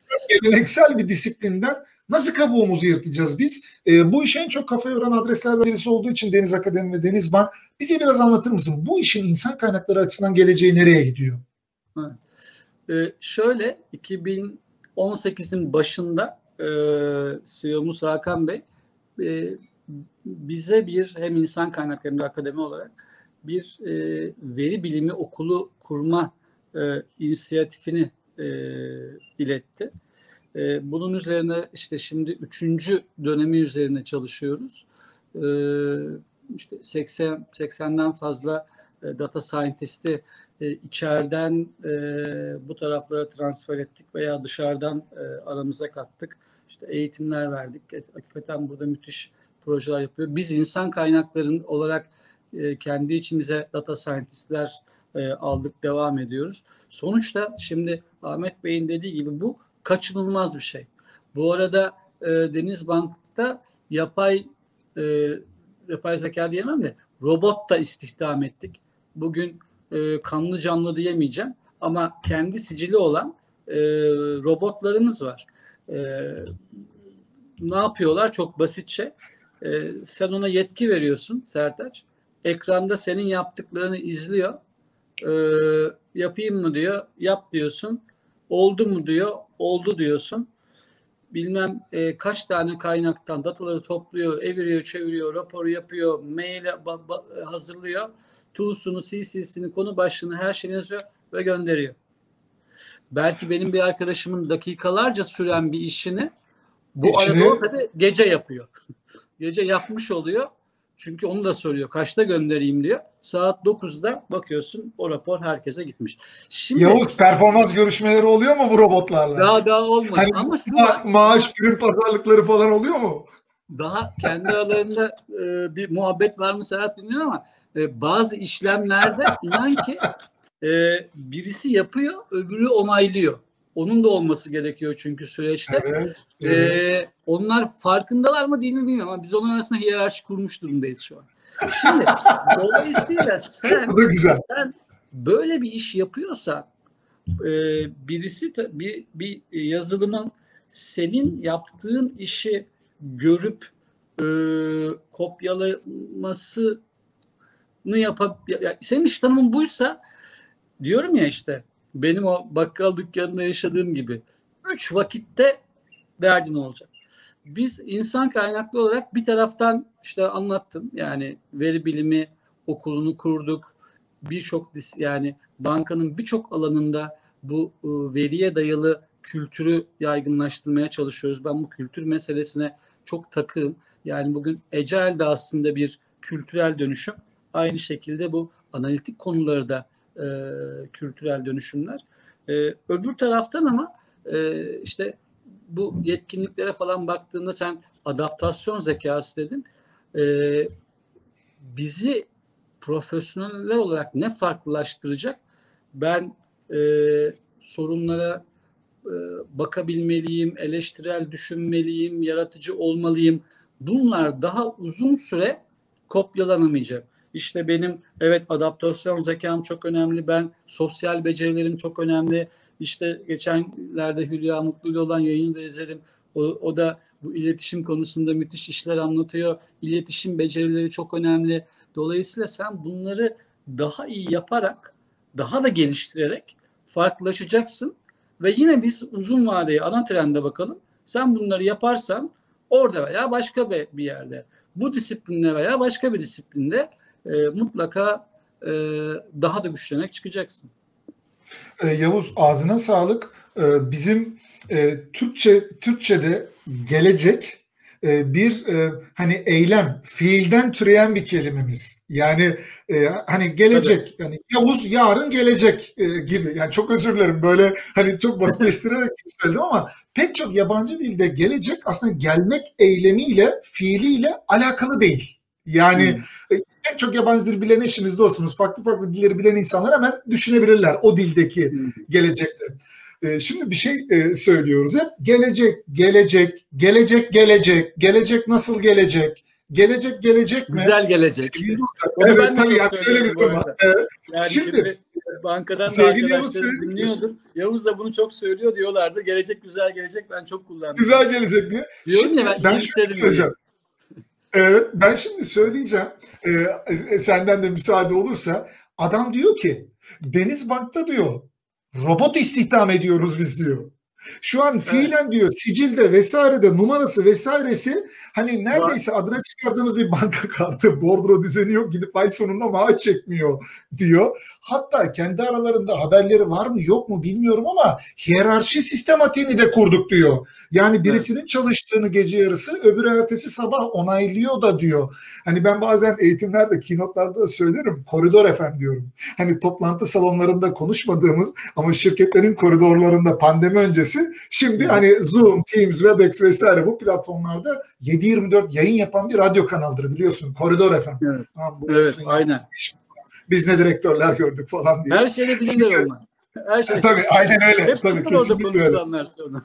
geleneksel bir disiplinden nasıl kabuğumuzu yırtacağız biz? E, bu işe en çok kafa yoran adreslerden birisi olduğu için Deniz Akademi ve Deniz Bank. Bize biraz anlatır mısın? Bu işin insan kaynakları açısından geleceği nereye gidiyor? Evet. Ee, şöyle iki bin on sekizin başında e, C E O'muz Hakan Bey e, bize bir hem insan kaynakları hem de akademi olarak bir e, veri bilimi okulu kurma e, inisiyatifini e, iletti. E, bunun üzerine işte şimdi üçüncü dönemi üzerine çalışıyoruz. E, işte seksen seksenden fazla e, data scientist'i e, içeriden e, bu taraflara transfer ettik veya dışarıdan e, aramıza kattık. İşte eğitimler verdik. Hakikaten burada müthiş projeler yapıyor. Biz insan kaynakların olarak e, kendi içimize data scientist'ler e, aldık, devam ediyoruz. Sonuçta şimdi Ahmet Bey'in dediği gibi bu kaçınılmaz bir şey. Bu arada e, Denizbank'ta yapay e, yapay zeka diyemem de robot da istihdam ettik. Bugün e, kanlı canlı diyemeyeceğim ama kendi sicili olan e, robotlarımız var. E, ne yapıyorlar? Çok basitçe. E, sen ona yetki veriyorsun Sertaç. Ekranda senin yaptıklarını izliyor. E, yapayım mı diyor. Yap diyorsun. Oldu mu diyor. Oldu diyorsun. Bilmem e, kaç tane kaynaktan dataları topluyor, eviriyor, çeviriyor, raporu yapıyor, maile hazırlıyor. Tools'unu, C C'sini, konu başlığını, her şeyini yazıyor ve gönderiyor. Belki benim bir arkadaşımın dakikalarca süren bir işini bu İçine... arada ortada gece yapıyor. Gece yapmış oluyor. Çünkü onu da soruyor. Kaçta göndereyim diyor. Saat dokuzda bakıyorsun o rapor herkese gitmiş. Şimdi, Yavuz, performans görüşmeleri oluyor mu bu robotlarla? Daha daha olmadı. Hani ama şu ma- var, maaş prim pazarlıkları falan oluyor mu? Daha kendi aralarında e, bir muhabbet var mı Serhat bilmiyorum ama e, bazı işlemlerde inan ki e, birisi yapıyor, öbürü onaylıyor. Onun da olması gerekiyor çünkü süreçte. Evet, evet. E, onlar farkındalar mı değil mi bilmiyorum ama biz onun arasında hiyerarşi kurmuş durumdayız şu an. Şimdi dolayısıyla sen, sen böyle bir iş yapıyorsan e, birisi bir, bir yazılımın senin yaptığın işi görüp e, kopyalamasını yapıp ya, senin iş tanımın buysa diyorum ya işte benim o bakkal dükkanında yaşadığım gibi üç vakitte derdin olacak. Biz insan kaynaklı olarak bir taraftan işte anlattım yani veri bilimi okulunu kurduk. Birçok yani bankanın birçok alanında bu veriye dayalı kültürü yaygınlaştırmaya çalışıyoruz. Ben bu kültür meselesine çok takığım. Yani bugün Agile de aslında bir kültürel dönüşüm. Aynı şekilde bu analitik konuları da e, kültürel dönüşümler. E, öbür taraftan ama e, işte bu yetkinliklere falan baktığında sen adaptasyon zekası dedin. E, bizi profesyoneller olarak ne farklılaştıracak? Ben e, sorunlara e, bakabilmeliyim, eleştirel düşünmeliyim, yaratıcı olmalıyım. Bunlar daha uzun süre kopyalanamayacak. İşte benim evet adaptasyon zekam çok önemli. Ben sosyal becerilerim çok önemli. İşte geçenlerde Hülya Mutlu'yla olan yayını da izledim. O, o da bu iletişim konusunda müthiş işler anlatıyor. İletişim becerileri çok önemli. Dolayısıyla sen bunları daha iyi yaparak, daha da geliştirerek farklılaşacaksın. Ve yine biz uzun vadeye ana trende bakalım. Sen bunları yaparsan orada veya başka bir yerde, bu disiplinle veya başka bir disiplinde e, mutlaka e, daha da güçlenerek çıkacaksın. E, Yavuz, ağzına sağlık. E, bizim e, Türkçe Türkçe'de gelecek e, bir e, hani eylem, fiilden türeyen bir kelimemiz. Yani e, hani gelecek, evet. Yani Yavuz yarın gelecek e, gibi. Yani çok özür dilerim böyle hani çok basitleştirerek söyledim ama pek çok yabancı dilde gelecek aslında gelmek eylemiyle, fiiliyle alakalı değil. Yani hmm. pek çok yabancı dil bilen eşimiz, dostumuz, farklı farklı dilleri bilen insanlar hemen düşünebilirler o dildeki hmm. gelecekte. Ee, şimdi bir şey e, söylüyoruz hep. Gelecek, gelecek, gelecek, gelecek, gelecek nasıl gelecek? Gelecek gelecek mi? Güzel gelecek. Evet, tabii yani öyle bir durum var. Evet. Yani şimdi, şimdi bankadan da Sevgili Yavuz arkadaşlarım söyledi ki, dinliyordur. Yavuz da bunu çok söylüyor diyorlardı. Gelecek güzel gelecek, ben çok kullandım. güzel gelecek diye. Diyorum Şimdi ya, ben ben şöyle iyimserim diye. söyleyeceğim. Evet, ben şimdi söyleyeceğim. Ee, senden de müsaade olursa. Adam diyor ki Denizbank'ta diyor robot istihdam ediyoruz biz diyor. Şu an Evet. fiilen diyor sicilde vesairede numarası vesairesi hani Var. neredeyse adına çıkardığımız bir banka kartı, bordro düzeni yok, gidip ay sonunda maaş çekmiyor diyor. Hatta kendi aralarında haberleri var mı yok mu bilmiyorum ama hiyerarşi sistematiğini de kurduk diyor. Yani birisinin evet. çalıştığını gece yarısı öbürü ertesi sabah onaylıyor da diyor. Hani ben bazen eğitimlerde, keynote'larda da söylerim, koridor efem diyorum. Hani toplantı salonlarında konuşmadığımız ama şirketlerin koridorlarında pandemi öncesi, şimdi evet. hani Zoom, Teams, Webex vesaire bu platformlarda yedi yirmi dört yayın yapan bir radyo kanaldır biliyorsun. Koridor efem. Evet, evet aynen. Biz ne direktörler gördük falan diye. Her şeyde bilirler onlar. Her şey. Tabii aynen öyle. Hep tabii kesinlikle öyle. Sonra.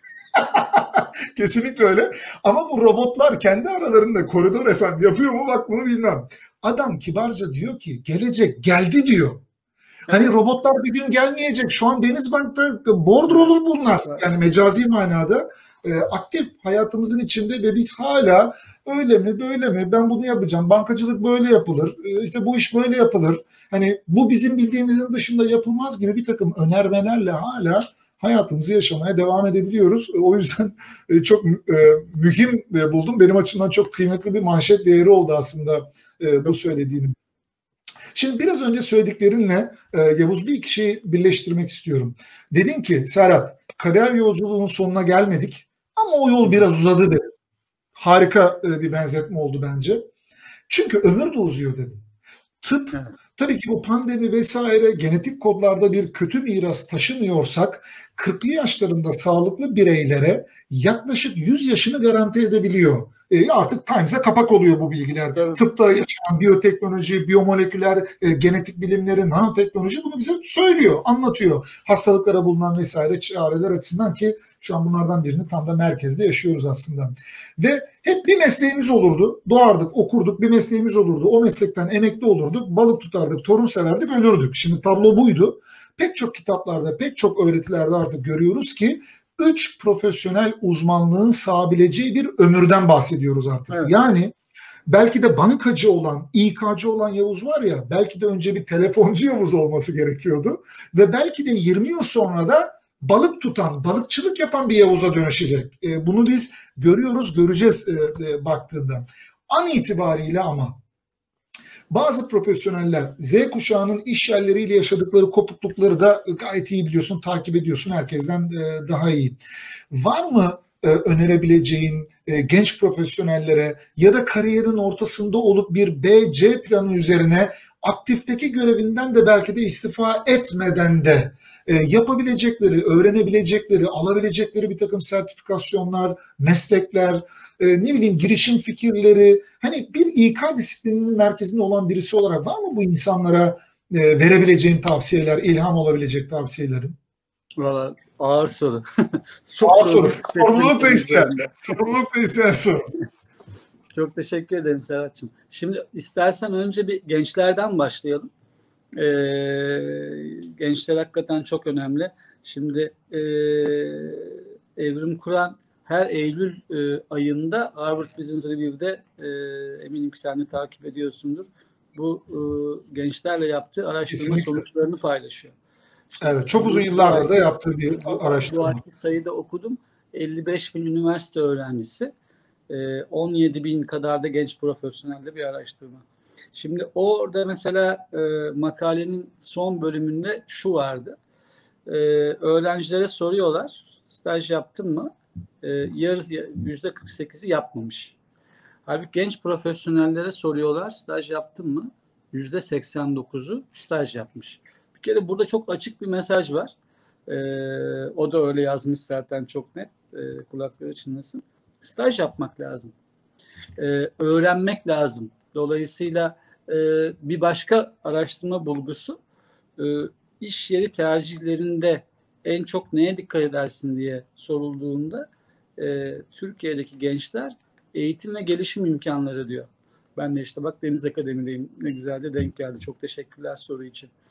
Kesinlikle öyle. Ama bu robotlar kendi aralarında koridor efendim yapıyor mu bak bunu bilmem. Adam kibarca diyor ki gelecek geldi diyor. Hani robotlar bir gün gelmeyecek. Şu an Denizbank'ta bordrolu bunlar. Yani mecazi manada e, aktif hayatımızın içinde ve biz hala öyle mi böyle mi ben bunu yapacağım. Bankacılık böyle yapılır. E, işte bu iş böyle yapılır. Hani bu bizim bildiğimizin dışında yapılmaz gibi bir takım önermelerle hala hayatımızı yaşamaya devam edebiliyoruz. O yüzden çok mühim buldum. Benim açımdan çok kıymetli bir manşet değeri oldu aslında bu söylediğinin. Şimdi biraz önce söylediklerinle Yavuz bir iki şeyi birleştirmek istiyorum. Dedin ki Serhat, kariyer yolculuğunun sonuna gelmedik ama o yol biraz uzadı dedin. Harika bir benzetme oldu bence. Çünkü ömür de uzuyor dedin. Tıp, evet. Tabii ki bu pandemi vesaire genetik kodlarda bir kötü miras taşımıyorsak kırklı yaşlarında sağlıklı bireylere yaklaşık yüz yaşını garanti edebiliyor. E artık Times'e kapak oluyor bu bilgiler. Evet. Tıpta yaşanan biyoteknoloji, biyomoleküler e, genetik bilimleri, nanoteknoloji bunu bize söylüyor, anlatıyor. Hastalıklara bulunan vesaire çareler açısından ki şu an bunlardan birini tam da merkezde yaşıyoruz aslında. Ve hep bir mesleğimiz olurdu. Doğardık, okurduk, bir mesleğimiz olurdu. O meslekten emekli olurduk, balık tutardık, torun severdik, ölürdük. Şimdi tablo buydu. Pek çok kitaplarda, pek çok öğretilerde artık görüyoruz ki üç profesyonel uzmanlığın sağabileceği bir ömürden bahsediyoruz artık. Evet. Yani belki de bankacı olan, İK'cı olan Yavuz var ya, belki de önce bir telefoncu Yavuz olması gerekiyordu. Ve belki de yirmi yıl sonra da balık tutan, balıkçılık yapan bir Yavuz'a dönüşecek. E, bunu biz görüyoruz, göreceğiz e, e, baktığında. An itibariyle ama bazı profesyoneller Z kuşağının iş yerleriyle yaşadıkları kopuklukları da gayet iyi biliyorsun, takip ediyorsun herkesten e, daha iyi. Var mı e, önerebileceğin e, genç profesyonellere ya da kariyerin ortasında olup bir B C planı üzerine aktifteki görevinden de belki de istifa etmeden de e, yapabilecekleri, öğrenebilecekleri, alabilecekleri bir takım sertifikasyonlar, meslekler, e, ne bileyim girişim fikirleri, hani bir İK disiplininin merkezinde olan birisi olarak var mı bu insanlara e, verebileceğin tavsiyeler, ilham olabilecek tavsiyelerin? Valla ağır soru. Çok ağır soru. Sorumluluk da isteyen. Sorumluluk da isteyen soru. Çok teşekkür ederim Serhat'cığım. Şimdi istersen önce bir gençlerden başlayalım. Ee, gençler hakikaten çok önemli. Şimdi e, Evrim Kur'an her Eylül e, ayında Harvard Business Review'de e, eminim ki sen de takip ediyorsundur. Bu e, gençlerle yaptığı araştırma Kesinlikle. sonuçlarını paylaşıyor. Evet, çok uzun yıllardır da yaptığı bir araştırma. Bu arki sayıda okudum. elli beş bin üniversite öğrencisi, on yedi bin kadar da genç profesyonelde bir araştırma. Şimdi orada mesela e, makalenin son bölümünde şu vardı. E, öğrencilere soruyorlar, staj yaptın mı? E, yarısı, yüzde kırk sekizi yapmamış. Halbuki genç profesyonellere soruyorlar, staj yaptın mı? yüzde seksen dokuzu staj yapmış. Bir kere burada çok açık bir mesaj var. E, o da öyle yazmış zaten çok net. E, kulakları çınlasın. Staj yapmak lazım. Ee, öğrenmek lazım. Dolayısıyla e, bir başka araştırma bulgusu e, iş yeri tercihlerinde en çok neye dikkat edersin diye sorulduğunda e, Türkiye'deki gençler eğitim ve gelişim imkanları diyor. Ben de işte bak Deniz Akademi'deyim. Ne güzel de denk geldi. Çok teşekkürler soru için.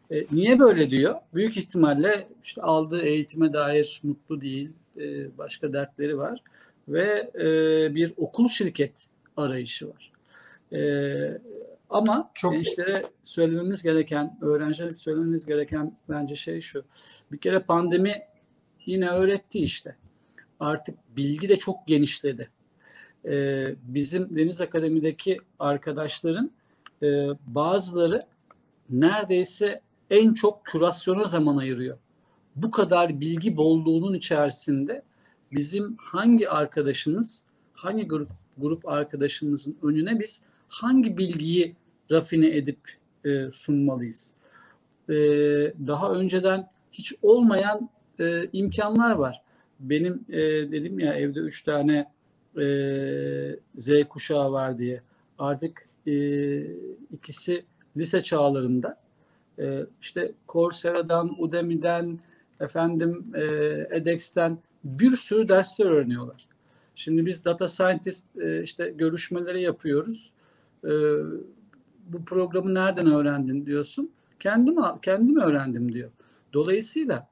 E, niye böyle diyor? Büyük ihtimalle işte aldığı eğitime dair mutlu değil, e, başka dertleri var ve e, bir okul şirket arayışı var. E, ama Çok gençlere söylememiz gereken, öğrencilere söylememiz gereken bence şey şu. Bir kere pandemi yine öğretti işte. Artık bilgi de çok genişledi. Ee, bizim Deniz Akademi'deki arkadaşların e, bazıları neredeyse en çok kürasyona zaman ayırıyor. Bu kadar bilgi bolluğunun içerisinde bizim hangi arkadaşımız, hangi grup, grup arkadaşımızın önüne biz hangi bilgiyi rafine edip e, sunmalıyız? E, daha önceden hiç olmayan e, imkanlar var. Benim e, dedim ya evde üç tane e, Z kuşağı var diye. Artık e, ikisi lise çağlarında. E, işte Coursera'dan, Udemy'den, efendim e, edX'ten bir sürü dersler öğreniyorlar. Şimdi biz data scientist e, işte görüşmeleri yapıyoruz. E, bu programı nereden öğrendin diyorsun. Kendim kendim öğrendim diyor. Dolayısıyla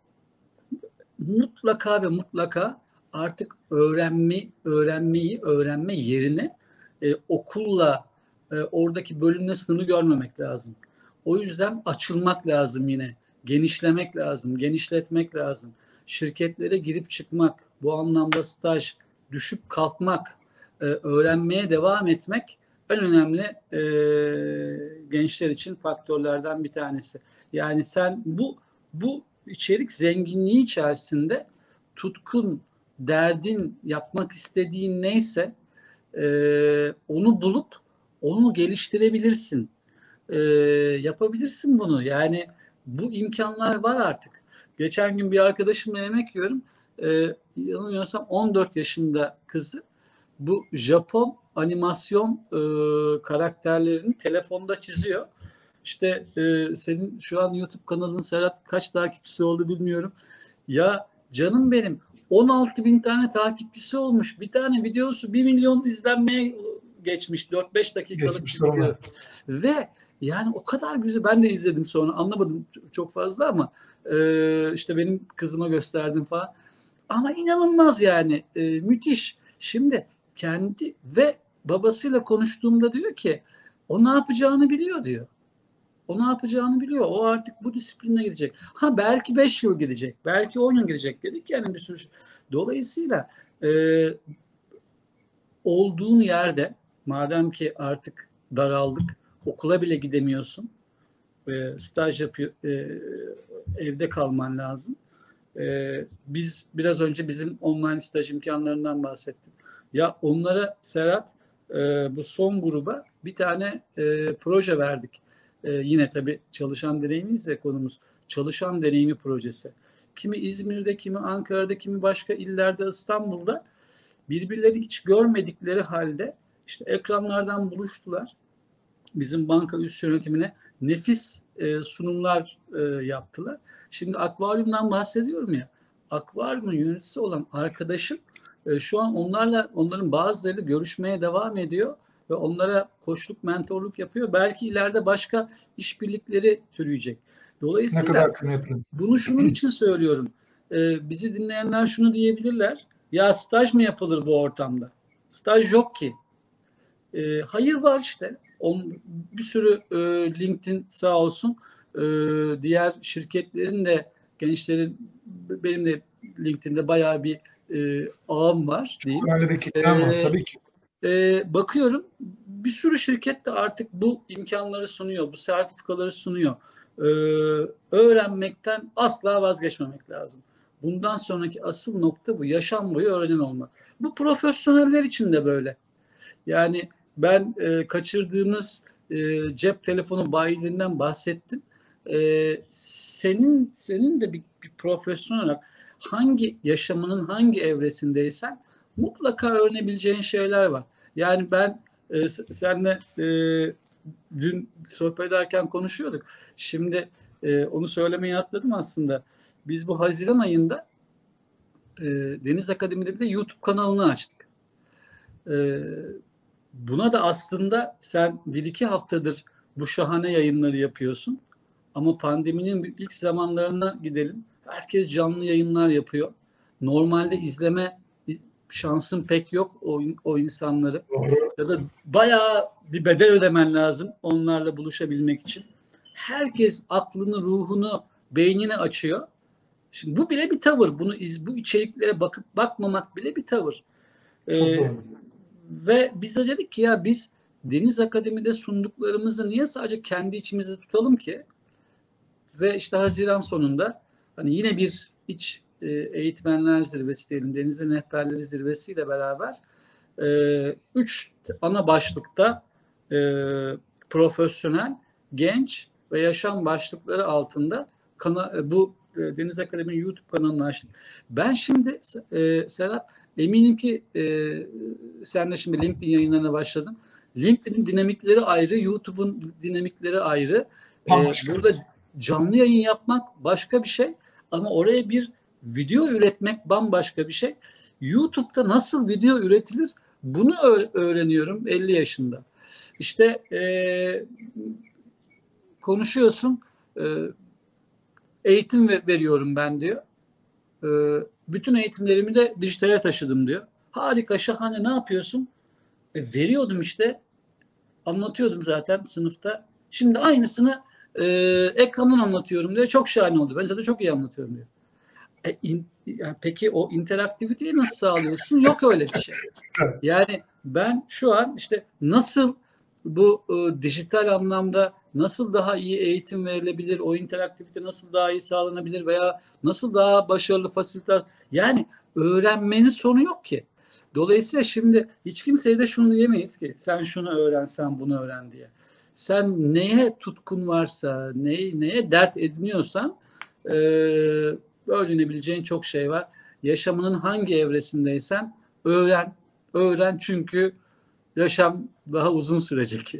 mutlaka ve mutlaka artık öğrenme öğrenmeyi öğrenme yerine e, okulla e, oradaki bölümle sınırı görmemek lazım. O yüzden açılmak lazım yine. Genişlemek lazım, genişletmek lazım. Şirketlere girip çıkmak, bu anlamda staj, düşüp kalkmak, e, öğrenmeye devam etmek en önemli e, gençler için faktörlerden bir tanesi. Yani sen bu bu içerik zenginliği içerisinde tutkun, derdin, yapmak istediğin neyse e, onu bulup onu geliştirebilirsin. E, yapabilirsin bunu. Yani bu imkanlar var artık. Geçen gün bir arkadaşımla yemek yiyorum. E, yanılmıyorsam on dört yaşında kızı bu Japon animasyon e, karakterlerini telefonda çiziyor. İşte e, senin şu an YouTube kanalının Serhat kaç takipçisi oldu bilmiyorum. Ya canım benim on altı bin tane takipçisi olmuş. Bir tane videosu bir milyon izlenmeye geçmiş. dört beş dakikalık geçmiş bir video. durumda. Ve yani o kadar güzel. Ben de izledim sonra. Anlamadım çok fazla ama e, işte benim kızıma gösterdim falan. Ama inanılmaz yani. E, müthiş. Şimdi kendi ve babasıyla konuştuğumda diyor ki o ne yapacağını biliyor diyor. O ne yapacağını biliyor. O artık bu disipline gidecek. Ha belki beş yıl gidecek. Belki on yıl gidecek dedik. Yani bir sürü şey. Dolayısıyla e, olduğun yerde madem ki artık daraldık, okula bile gidemiyorsun. E, staj yapıyor, e, evde kalman lazım. E, biz biraz önce bizim online staj imkanlarından bahsettim. Ya onlara Serhat e, bu son gruba bir tane e, proje verdik. E, yine tabii çalışan deneyimiyse konumuz. Çalışan deneyimi projesi. Kimi İzmir'de, kimi Ankara'da, kimi başka illerde, İstanbul'da birbirleri hiç görmedikleri halde işte ekranlardan buluştular. Bizim banka üst yönetimine nefis e, sunumlar e, yaptılar. Şimdi akvaryumdan bahsediyorum ya. Akvaryumun yöneticisi olan arkadaşım e, şu an onlarla onların bazılarıyla görüşmeye devam ediyor ve onlara koçluk, mentorluk yapıyor. Belki ileride başka işbirlikleri türüyecek. Ne Dolayısıyla kadar kıymetli. bunu şunun için söylüyorum. E, bizi dinleyenler şunu diyebilirler. Ya staj mı yapılır bu ortamda? Staj yok ki. E, hayır var işte. On, bir sürü e, LinkedIn sağ olsun e, diğer şirketlerin de gençlerin benim de LinkedIn'de bayağı bir e, ağım var diyeyim. Önemli bir E, kitlem var tabii ki. e, bakıyorum bir sürü şirket de artık bu imkanları sunuyor, bu sertifikaları sunuyor. E, öğrenmekten asla vazgeçmemek lazım. Bundan sonraki asıl nokta bu. Yaşam boyu öğrenen olmak. Bu profesyoneller için de böyle. Yani ben e, kaçırdığımız e, cep telefonu bayiliğinden bahsettim. E, senin senin de bir, bir profesyonel olarak hangi yaşamının hangi evresindeysen mutlaka öğrenebileceğin şeyler var. Yani ben e, senle e, dün sohbet ederken konuşuyorduk. Şimdi e, onu söylemeyi atladım aslında. Biz bu Haziran ayında e, Deniz Akademi'de bir de YouTube kanalını açtık. E, Buna da aslında sen bir iki haftadır bu şahane yayınları yapıyorsun. Ama pandeminin ilk zamanlarına gidelim. Herkes canlı yayınlar yapıyor. Normalde izleme şansın pek yok o, o insanları. Doğru. Ya da bayağı bir bedel ödemen lazım onlarla buluşabilmek için. Herkes aklını, ruhunu, beynini açıyor. Şimdi bu bile bir tavır. Bunu iz, bu içeriklere bakıp bakmamak bile bir tavır. Çok Ee, doğru. ve biz de dedik ki ya biz Deniz Akademi'de sunduklarımızı niye sadece kendi içimizde tutalım ki? Ve işte Haziran sonunda hani yine bir iç e, eğitmenler zirvesi diyelim, Deniz'in rehberleri zirvesiyle beraber e, üç ana başlıkta e, profesyonel, genç ve yaşam başlıkları altında kana, e, bu e, Deniz Akademi'nin YouTube kanalını açtık. Ben şimdi e, Serap eminim ki e, sen de şimdi LinkedIn yayınlarına başladın. LinkedIn'in dinamikleri ayrı, YouTube'un dinamikleri ayrı. E, Bambaşka. burada canlı yayın yapmak başka bir şey ama oraya bir video üretmek bambaşka bir şey. YouTube'da nasıl video üretilir bunu öğreniyorum elli yaşında. İşte e, konuşuyorsun, e, eğitim veriyorum ben diyor. E, bütün eğitimlerimi de dijitale taşıdım diyor. Harika, şahane, ne yapıyorsun? E, veriyordum işte, anlatıyordum zaten sınıfta. Şimdi aynısını e, ekrandan anlatıyorum diyor. Çok şahane oldu. Ben zaten çok iyi anlatıyorum diyor. E, in, yani peki o interaktiviteyi nasıl sağlıyorsun? Yok öyle bir şey. Yani ben şu an işte nasıl bu e, dijital anlamda nasıl daha iyi eğitim verilebilir, o interaktivite nasıl daha iyi sağlanabilir veya nasıl daha başarılı fasilite, yani öğrenmenin sonu yok ki. Dolayısıyla şimdi hiç kimseye de şunu diyemeyiz ki sen şunu öğren, sen bunu öğren diye. Sen neye tutkun varsa, neye, neye dert ediniyorsan e, öğrenebileceğin çok şey var. Yaşamının hangi evresindeysen öğren, öğren çünkü yaşam daha uzun sürecek.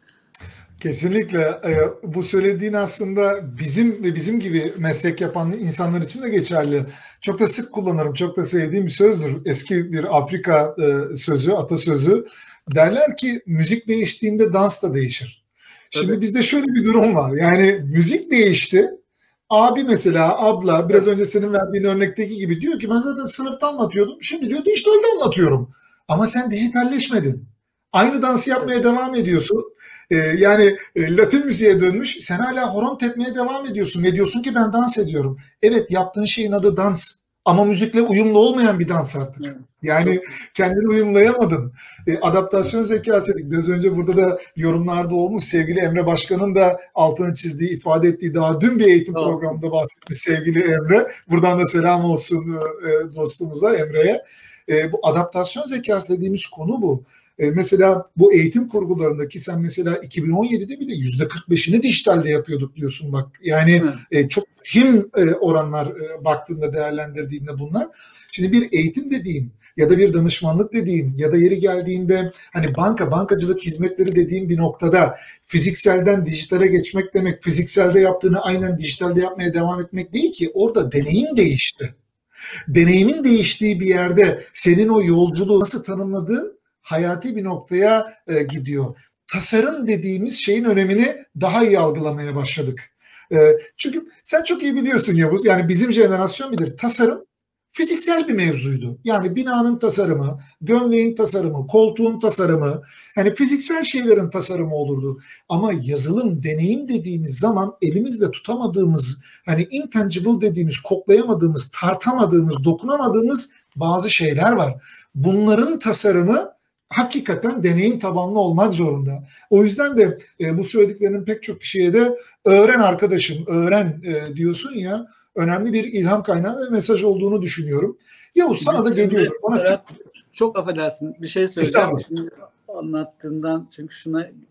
Kesinlikle e, bu söylediğin aslında bizim ve bizim gibi meslek yapan insanlar için de geçerli. Çok da sık kullanırım, çok da sevdiğim bir sözdür. Eski bir Afrika e, sözü, atasözü. Derler ki müzik değiştiğinde dans da değişir. Şimdi Tabii. bizde şöyle bir durum var. Yani müzik değişti. Abi mesela, abla biraz önce senin verdiğin örnekteki gibi diyor ki ben zaten sınıfta anlatıyordum. Şimdi diyor dijitalde anlatıyorum. Ama sen dijitalleşmedin. Aynı dansı yapmaya devam ediyorsun. Ee, yani e, Latin müziğe dönmüş. Sen hala horon tepmeye devam ediyorsun. Ve diyorsun ki ben dans ediyorum. Evet, yaptığın şeyin adı dans. Ama müzikle uyumlu olmayan bir dans artık. Evet. Yani Çok... kendini uyumlayamadın. E, adaptasyon zekası dedik. Biraz önce burada da yorumlarda olmuş. Sevgili Emre Başkan'ın da altını çizdiği, ifade ettiği daha dün bir eğitim Olsun. programında bahsetmiş sevgili Emre. Buradan da selam olsun e, dostumuza, Emre'ye. E, bu adaptasyon zekası dediğimiz konu bu. E, mesela bu eğitim kurgularındaki sen mesela iki bin on yedide bile yüzde kırk beşini dijitalde yapıyorduk diyorsun bak. Yani e, çok mühim e, oranlar e, baktığında, değerlendirdiğinde bunlar. Şimdi bir eğitim dediğin ya da bir danışmanlık dediğin ya da yeri geldiğinde hani banka, bankacılık hizmetleri dediğin bir noktada fizikselden dijitale geçmek demek, fizikselde yaptığını aynen dijitalde yapmaya devam etmek değil ki. Orada deneyim değişti. Deneyimin değiştiği bir yerde senin o yolculuğu nasıl tanımladığın hayati bir noktaya e, gidiyor. Tasarım dediğimiz şeyin önemini daha iyi algılamaya başladık. E, çünkü sen çok iyi biliyorsun Yavuz, yani bizim jenerasyon bilir. Tasarım fiziksel bir mevzuydu. Yani binanın tasarımı, gömleğin tasarımı, koltuğun tasarımı, yani fiziksel şeylerin tasarımı olurdu. Ama yazılım, deneyim dediğimiz zaman elimizde tutamadığımız, hani intangible dediğimiz, koklayamadığımız, tartamadığımız, dokunamadığımız bazı şeyler var. Bunların tasarımı hakikaten deneyim tabanlı olmak zorunda. O yüzden de e, bu söylediklerinin pek çok kişiye de öğren arkadaşım, öğren e, diyorsun ya, önemli bir ilham kaynağı ve mesaj olduğunu düşünüyorum. Yavuz sana da geliyor. Bana Serap, çok affedersin bir şey söyleyeceğim. Şimdi anlattığından çünkü şuna e,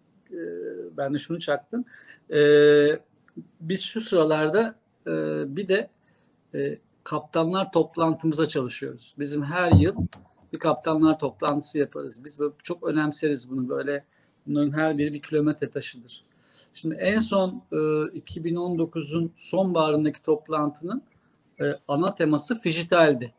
ben de şunu çaktım. E, biz şu sıralarda e, bir de e, kaptanlar toplantımıza çalışıyoruz. Bizim her yıl bir kaptanlar toplantısı yaparız. Biz böyle çok önemseriz bunu, böyle bunların her biri bir kilometre taşıdır. Şimdi en son e, iki bin on dokuzun sonbaharındaki toplantının e, ana teması fijitaldi.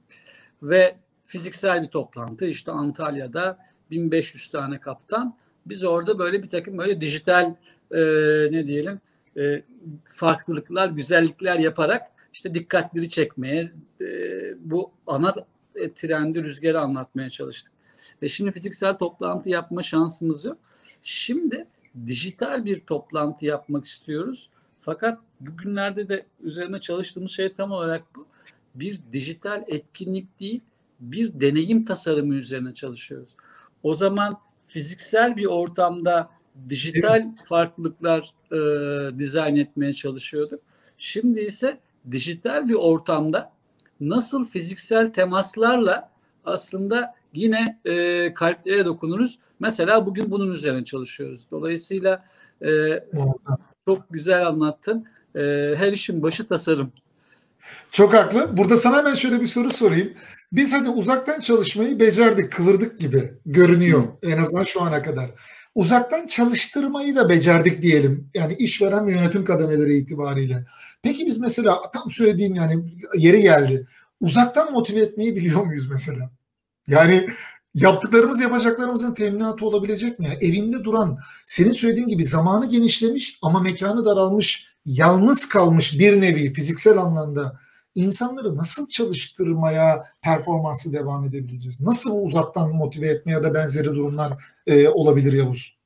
Ve fiziksel bir toplantı, işte Antalya'da bin beş yüz tane kaptan. Biz orada böyle bir takım böyle dijital e, ne diyelim e, farklılıklar, güzellikler yaparak işte dikkatleri çekmeye, e, bu ana e, trendi, rüzgarı anlatmaya çalıştık. Ve şimdi fiziksel toplantı yapma şansımız yok. Şimdi dijital bir toplantı yapmak istiyoruz. Fakat bugünlerde de üzerine çalıştığımız şey tam olarak bu. Bir dijital etkinlik değil, bir deneyim tasarımı üzerine çalışıyoruz. O zaman fiziksel bir ortamda dijital farklılıklar e, dizayn etmeye çalışıyorduk. Şimdi ise dijital bir ortamda nasıl fiziksel temaslarla aslında yine e, kalplere dokunuruz. Mesela bugün bunun üzerine çalışıyoruz. Dolayısıyla e, çok güzel anlattın. E, her işin başı tasarım. Çok haklı. Burada sana hemen şöyle bir soru sorayım. Biz hadi uzaktan çalışmayı becerdik, kıvırdık gibi görünüyor. Hı. En azından şu ana kadar. Uzaktan çalıştırmayı da becerdik diyelim. Yani işveren ve yönetim kademeleri itibariyle. Peki biz mesela tam söylediğin yani yeri geldi. Uzaktan motive etmeyi biliyor muyuz mesela? Yani yaptıklarımız yapacaklarımızın teminatı olabilecek mi? Yani evinde duran, senin söylediğin gibi zamanı genişlemiş ama mekanı daralmış, yalnız kalmış bir nevi fiziksel anlamda insanları nasıl çalıştırmaya, performansı devam edebileceğiz? Nasıl uzaktan motive etmeye ya da benzeri durumlar e, olabilir Yavuz?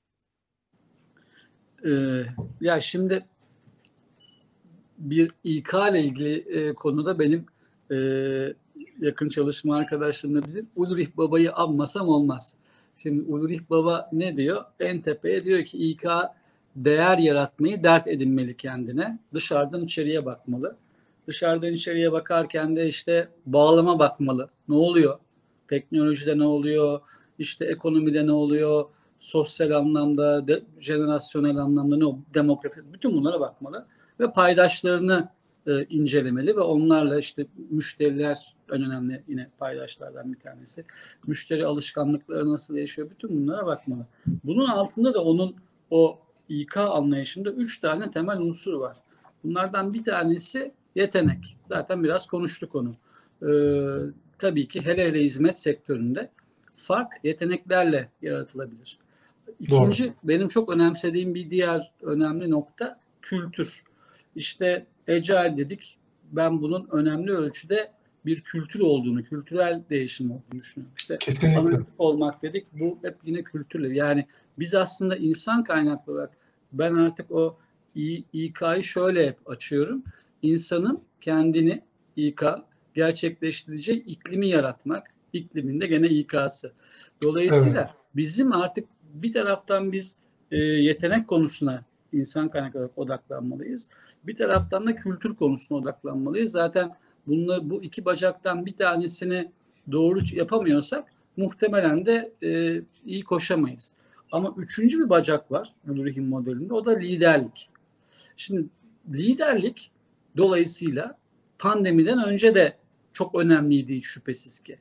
Ee, ya şimdi bir İK ile ilgili e, konuda benim e, yakın çalışma arkadaşlarımla bilir. Ulrich Baba'yı anmasam olmaz. Şimdi Ulrich Baba ne diyor? En tepeye diyor ki İK değer yaratmayı dert edinmeli kendine. Dışarıdan içeriye bakmalı. Dışarıdan içeriye bakarken de işte bağlama bakmalı. Ne oluyor? Teknolojide ne oluyor? İşte ekonomide ne oluyor? Sosyal anlamda, de, jenerasyonel anlamda ne oluyor? Demografi, bütün bunlara bakmalı. Ve paydaşlarını e, incelemeli ve onlarla işte müşteriler en önemli yine paydaşlardan bir tanesi. Müşteri alışkanlıkları nasıl yaşıyor? Bütün bunlara bakmalı. Bunun altında da onun o İK anlayışında üç tane temel unsur var. Bunlardan bir tanesi yetenek. Zaten biraz konuştuk onu. Ee, tabii ki hele hele hizmet sektöründe fark yeteneklerle yaratılabilir. İkinci, doğru, benim çok önemsediğim bir diğer önemli nokta kültür. İşte Agile dedik. Ben bunun önemli ölçüde bir kültür olduğunu, kültürel değişim olduğunu düşünüyorum. İşte analitik olmak dedik. Bu hep yine kültürle. Yani biz aslında insan kaynaklı olarak ben artık o İK'yı şöyle hep açıyorum. İnsanın kendini İK gerçekleştireceği iklimi yaratmak. İkliminde gene İK'sı. Dolayısıyla evet, bizim artık bir taraftan biz e, yetenek konusuna insan kaynaklı olarak odaklanmalıyız. Bir taraftan da kültür konusuna odaklanmalıyız. Zaten bunlar, bu iki bacaktan bir tanesini doğru yapamıyorsak muhtemelen de e, iyi koşamayız. Ama üçüncü bir bacak var Ulrich'in modelinde. O da liderlik. Şimdi liderlik dolayısıyla pandemiden önce de çok önemliydi hiç şüphesiz ki.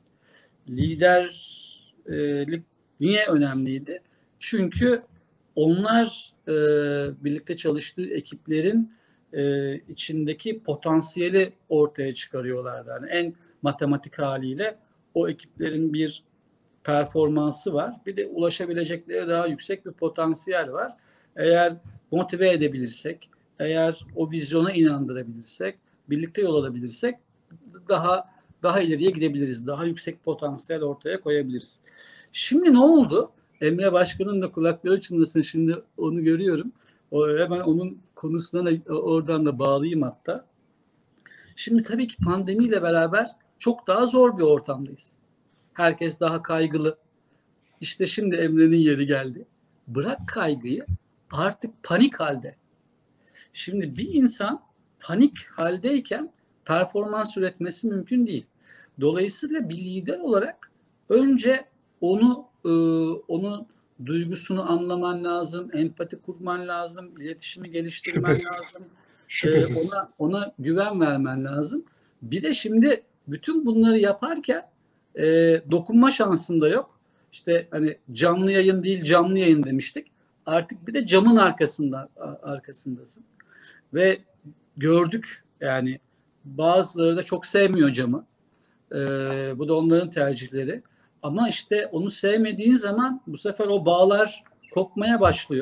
Liderlik niye önemliydi? Çünkü onlar e, birlikte çalıştığı ekiplerin e, içindeki potansiyeli ortaya çıkarıyorlardı. Yani en matematik haliyle o ekiplerin bir performansı var. Bir de ulaşabilecekleri daha yüksek bir potansiyel var. Eğer motive edebilirsek, eğer o vizyona inandırabilirsek, birlikte yol alabilirsek daha daha ileriye gidebiliriz. Daha yüksek potansiyel ortaya koyabiliriz. Şimdi ne oldu? Emre Başkan'ın da kulakları çınlasın. Şimdi onu görüyorum. O, hemen onun konusuna da, oradan da bağlayayım hatta. Şimdi tabii ki pandemiyle beraber çok daha zor bir ortamdayız. Herkes daha kaygılı. İşte şimdi Emre'nin yeri geldi. Bırak kaygıyı, artık panik halde. Şimdi bir insan panik haldeyken performans üretmesi mümkün değil. Dolayısıyla bir lider olarak önce onu e, onun duygusunu anlaman lazım, empati kurman lazım, iletişimi geliştirmen Şüphesiz. lazım. Şüphesiz. E, ona ona güven vermen lazım. Bir de şimdi bütün bunları yaparken e, dokunma şansın da yok. İşte hani canlı yayın değil canlı yayın demiştik. Artık bir de camın arkasında arkasındasın. Ve gördük yani bazıları da çok sevmiyor camı. Ee, bu da onların tercihleri. Ama işte onu sevmediğin zaman bu sefer o bağlar kopmaya başlıyor.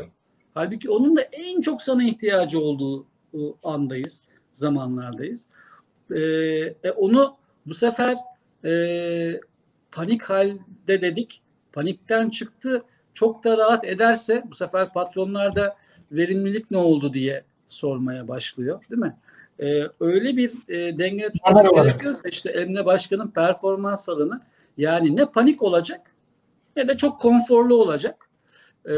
Halbuki onun da en çok sana ihtiyacı olduğu o andayız, zamanlardayız. Ee, e, onu bu sefer e, panik halde dedik, panikten çıktı, çok da rahat ederse bu sefer patronlar da verimlilik ne oldu diye sormaya başlıyor, değil mi? Ee, öyle bir e, denge Normal tutmak olarak. gerekiyorsa işte Emre Başkan'ın performans alanı, yani ne panik olacak ne de çok konforlu olacak. Ee,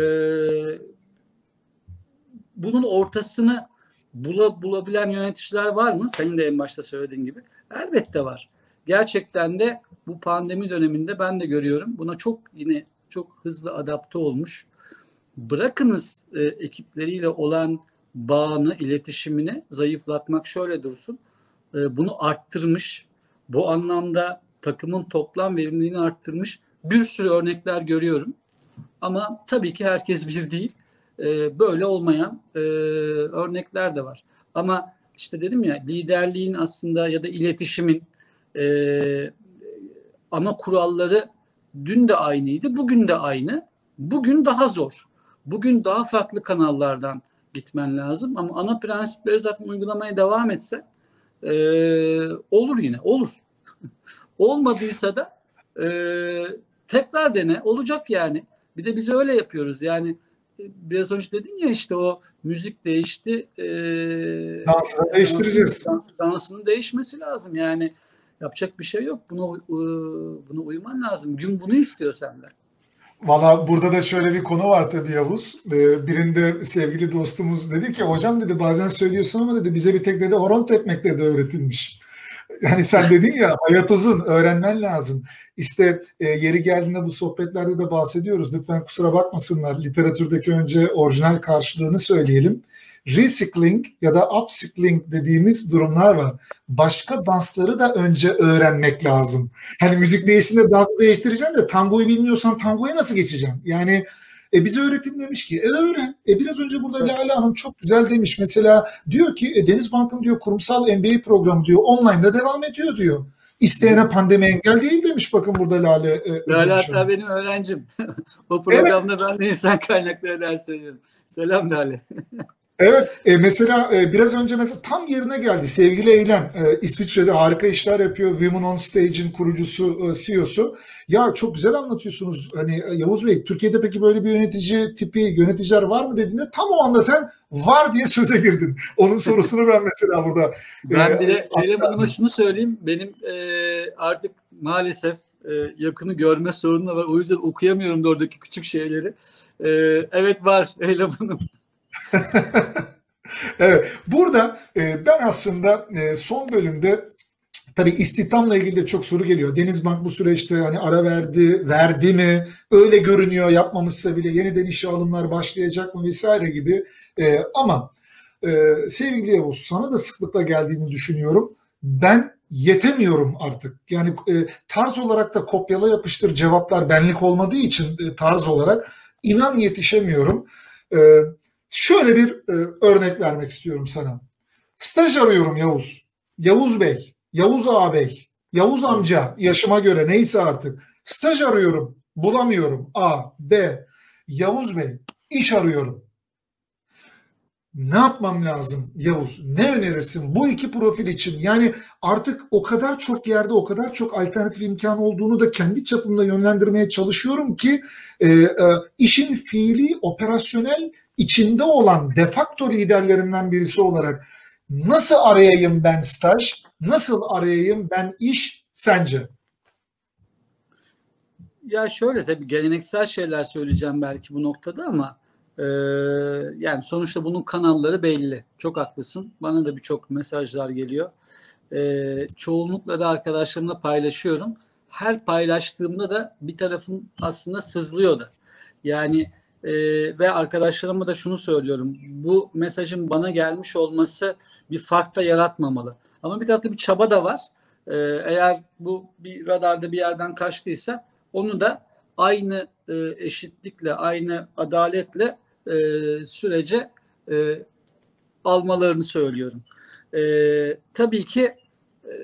bunun ortasını bula, bulabilen yöneticiler var mı? Senin de en başta söylediğin gibi. Elbette var. Gerçekten de bu pandemi döneminde ben de görüyorum. Buna çok yine çok hızlı adapte olmuş. Bırakınız e, ekipleriyle olan bağını, iletişimini zayıflatmak şöyle dursun. E, bunu arttırmış. Bu anlamda takımın toplam verimliliğini arttırmış bir sürü örnekler görüyorum. Ama tabii ki herkes bir değil. E, böyle olmayan e, örnekler de var. Ama işte dedim ya, liderliğin aslında ya da iletişimin e, ana kuralları dün de aynıydı, bugün de aynı. Bugün daha zor. Bugün daha farklı kanallardan gitmen lazım. Ama ana prensipleri zaten uygulamaya devam etse e, olur yine, olur. Olmadıysa da e, tekrar dene. Olacak yani. Bir de biz öyle yapıyoruz. Yani e, biraz önce dedin ya, işte o müzik değişti. E, Dansını dansın, değiştireceğiz. dansının değişmesi lazım. Yani yapacak bir şey yok. Buna, e, buna uyman lazım. Gün bunu istiyor senden. Valla burada da şöyle bir konu var tabii Yavuz. Ee, birinde sevgili dostumuz dedi ki hocam dedi bazen söylüyorsun ama dedi bize bir tek dedi horon tepmek de öğretilmiş. Yani sen dedin ya hayat uzun öğrenmen lazım. İşte e, yeri geldiğinde bu sohbetlerde de bahsediyoruz. Lütfen kusura bakmasınlar. Literatürdeki önce orijinal karşılığını söyleyelim. Recycling ya da upcycling dediğimiz durumlar var. Başka dansları da önce öğrenmek lazım. Hani müzik değiştiğinde dansı değiştireceksin de tangoyu bilmiyorsan tangoya nasıl geçeceksin? Yani e bize öğretilmemiş ki. E öğren. E biraz önce burada Lale Hanım çok güzel demiş. Mesela diyor ki e, Denizbank'ın diyor kurumsal M B A programı diyor online'da devam ediyor diyor. İsteyene pandemi engel değil demiş bakın burada Lale e, Lale Ödemiş hatta Hanım. benim öğrencim. O Evet. programda ben de insan kaynakları ders veriyorum. Selam Lale. Evet, e, mesela e, biraz önce mesela tam yerine geldi. Sevgili Eylem, e, İsviçre'de harika işler yapıyor. Women on Stage'in kurucusu, e, C E O'su. Ya çok güzel anlatıyorsunuz. Hani e, Yavuz Bey, Türkiye'de peki böyle bir yönetici tipi yöneticiler var mı dediğinde tam o anda sen var diye söze girdin. Onun sorusunu ben mesela burada Ben e, bir de Eylem Hanım'a aktardım. şunu söyleyeyim. Benim e, artık maalesef e, yakını görme sorunu da var. O yüzden okuyamıyorum da oradaki küçük şeyleri. E, evet var Eylem Hanım. Evet, burada e, ben aslında e, son bölümde tabii istihdamla ilgili de çok soru geliyor. Denizbank bu süreçte hani ara verdi, verdi mi? Öyle görünüyor yapmamışsa bile yeniden işe alımlar başlayacak mı vesaire gibi. Ee, ama e, sevgili Yavuz sana da sıklıkla geldiğini düşünüyorum. Ben yetemiyorum artık. Yani e, tarz olarak da kopyala yapıştır cevaplar benlik olmadığı için e, tarz olarak inan yetişemiyorum. E, şöyle bir e, örnek vermek istiyorum sana. Staj arıyorum Yavuz. Yavuz Bey, Yavuz ağabey, Yavuz Evet. amca yaşıma göre neyse artık. Staj arıyorum, bulamıyorum. A, B. Yavuz Bey, iş arıyorum. Ne yapmam lazım Yavuz? Ne önerirsin bu iki profil için? Yani artık o kadar çok yerde o kadar çok alternatif imkan olduğunu da kendi çapımda yönlendirmeye çalışıyorum ki e, e, işin fiili, operasyonel içinde olan de facto liderlerinden birisi olarak nasıl arayayım ben staj? Nasıl arayayım ben iş sence? Ya şöyle, tabii geleneksel şeyler söyleyeceğim belki bu noktada ama e, yani sonuçta bunun kanalları belli. Çok haklısın. Bana da birçok mesajlar geliyor. E, çoğunlukla da arkadaşlarımla paylaşıyorum. Her paylaştığımda da bir tarafım aslında sızlıyor da. Yani e, ve arkadaşlarıma da şunu söylüyorum. Bu mesajın bana gelmiş olması bir fark da yaratmamalı. Ama bir tarafta bir çaba da var. E, eğer bu bir radarda bir yerden kaçtıysa onu da aynı e, eşitlikle, aynı adaletle e, sürece e, almalarını söylüyorum. E, tabii ki e,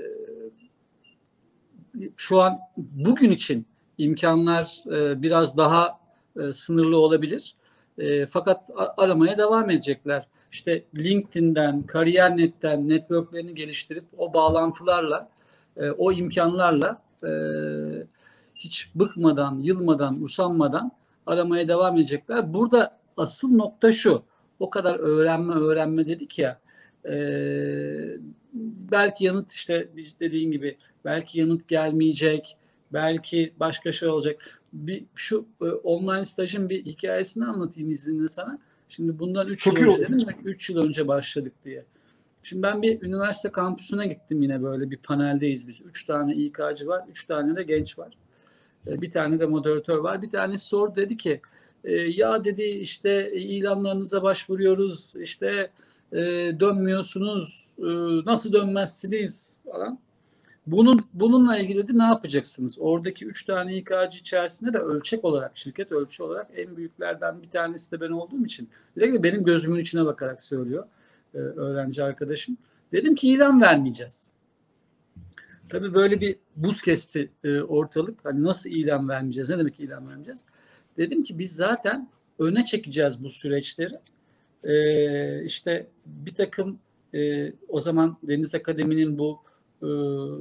şu an bugün için imkanlar e, biraz daha e, sınırlı olabilir. E, fakat a- aramaya devam edecekler. İşte LinkedIn'den, Kariyer.net'ten networklerini geliştirip o bağlantılarla, e, o imkanlarla e, hiç bıkmadan, yılmadan, usanmadan aramaya devam edecekler. Burada asıl nokta şu. O kadar öğrenme öğrenme dedik ya. E, belki yanıt işte dediğin gibi belki yanıt gelmeyecek. Belki başka şey olacak. Bir şu e, online stajın bir hikayesini anlatayım izninle sana. Şimdi bundan üç yıl Çok iyi önce olur. dedim ya üç yıl önce başladık diye. Şimdi ben bir üniversite kampüsüne gittim yine böyle bir paneldeyiz biz. Üç tane İK'cı var, üç tane de genç var. E, Bir tane de moderatör var. Bir tanesi sordu dedi ki e, ya dedi işte ilanlarınıza başvuruyoruz işte e, dönmüyorsunuz e, nasıl dönmezsiniz falan. Bunun bununla ilgili de ne yapacaksınız? Oradaki üç tane İK'cı içerisinde de ölçek olarak, şirket ölçü olarak en büyüklerden bir tanesi de ben olduğum için. Direkt de benim gözümün içine bakarak söylüyor e, öğrenci arkadaşım. Dedim ki ilan vermeyeceğiz. Tabii böyle bir buz kesti e, ortalık. Hani nasıl ilan vermeyeceğiz? Ne demek ilan vermeyeceğiz? Dedim ki biz zaten öne çekeceğiz bu süreçleri. E, işte bir takım e, o zaman Deniz Akademi'nin bu e,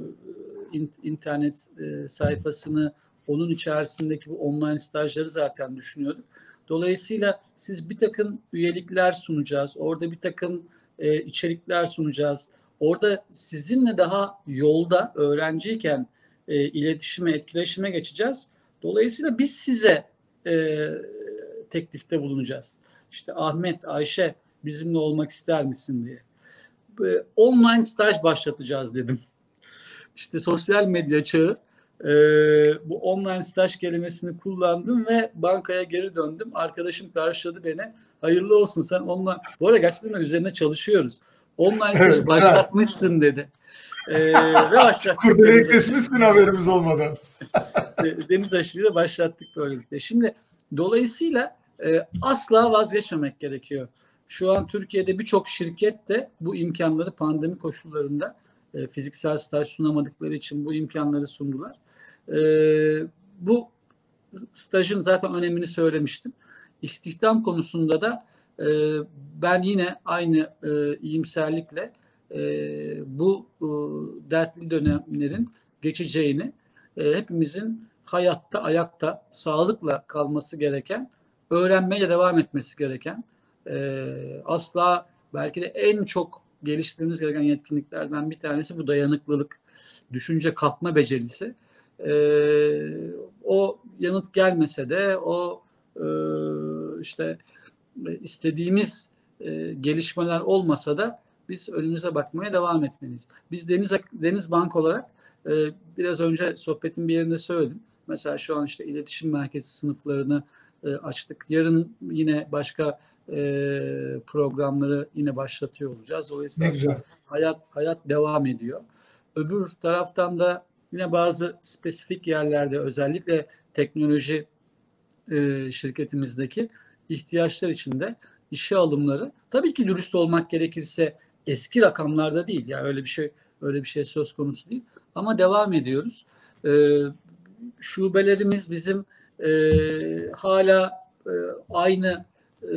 in, internet e, sayfasını onun içerisindeki bu online stajları zaten düşünüyorduk. Dolayısıyla siz bir takım üyelikler sunacağız. Orada bir takım e, içerikler sunacağız. Orada sizinle daha yolda öğrenciyken e, iletişime, etkileşime geçeceğiz. Dolayısıyla biz size e, teklifte bulunacağız. İşte Ahmet, Ayşe bizimle olmak ister misin diye. E, online staj başlatacağız dedim. İşte sosyal medya çağı e, bu online staj kelimesini kullandım ve bankaya geri döndüm. Arkadaşım karşıladı beni. Hayırlı olsun sen online. Bu arada gerçekten üzerine çalışıyoruz. Online stajı Evet, güzel. başlatmışsın dedi. E, ve başlattık Kurdeleyi Deniz kesmişsin haberimiz olmadan. Deniz aşırıyla başlattık böylelikle. Şimdi dolayısıyla e, asla vazgeçmemek gerekiyor. Şu an Türkiye'de birçok şirket de bu imkanları pandemi koşullarında e, fiziksel staj sunamadıkları için bu imkanları sundular. E, bu stajın zaten önemini söylemiştim. İstihdam konusunda da e, ben yine aynı e, iyimserlikle e, bu e, dertli dönemlerin geçeceğini, e, hepimizin hayatta, ayakta, sağlıkla kalması gereken, öğrenmeye devam etmesi gereken, e, asla belki de en çok geliştirmemiz gereken yetkinliklerden bir tanesi bu dayanıklılık, düşünce katma becerisi. E, o yanıt gelmese de o e, işte istediğimiz e, gelişmeler olmasa da biz önümüze bakmaya devam etmeliyiz. Biz Deniz Deniz Bank olarak e, biraz önce sohbetin bir yerinde söyledim. Mesela şu an işte iletişim merkezi sınıflarını e, açtık. Yarın yine başka e, programları yine başlatıyor olacağız. Ne Dolayısıyla aslında güzel. hayat hayat devam ediyor. Öbür taraftan da yine bazı spesifik yerlerde özellikle teknoloji e, şirketimizdeki ihtiyaçlar içinde işe alımları tabii ki dürüst olmak gerekirse eski rakamlarda değil. Yani öyle bir şey öyle bir şey söz konusu değil. Ama devam ediyoruz. E, şubelerimiz bizim e, hala e, aynı e,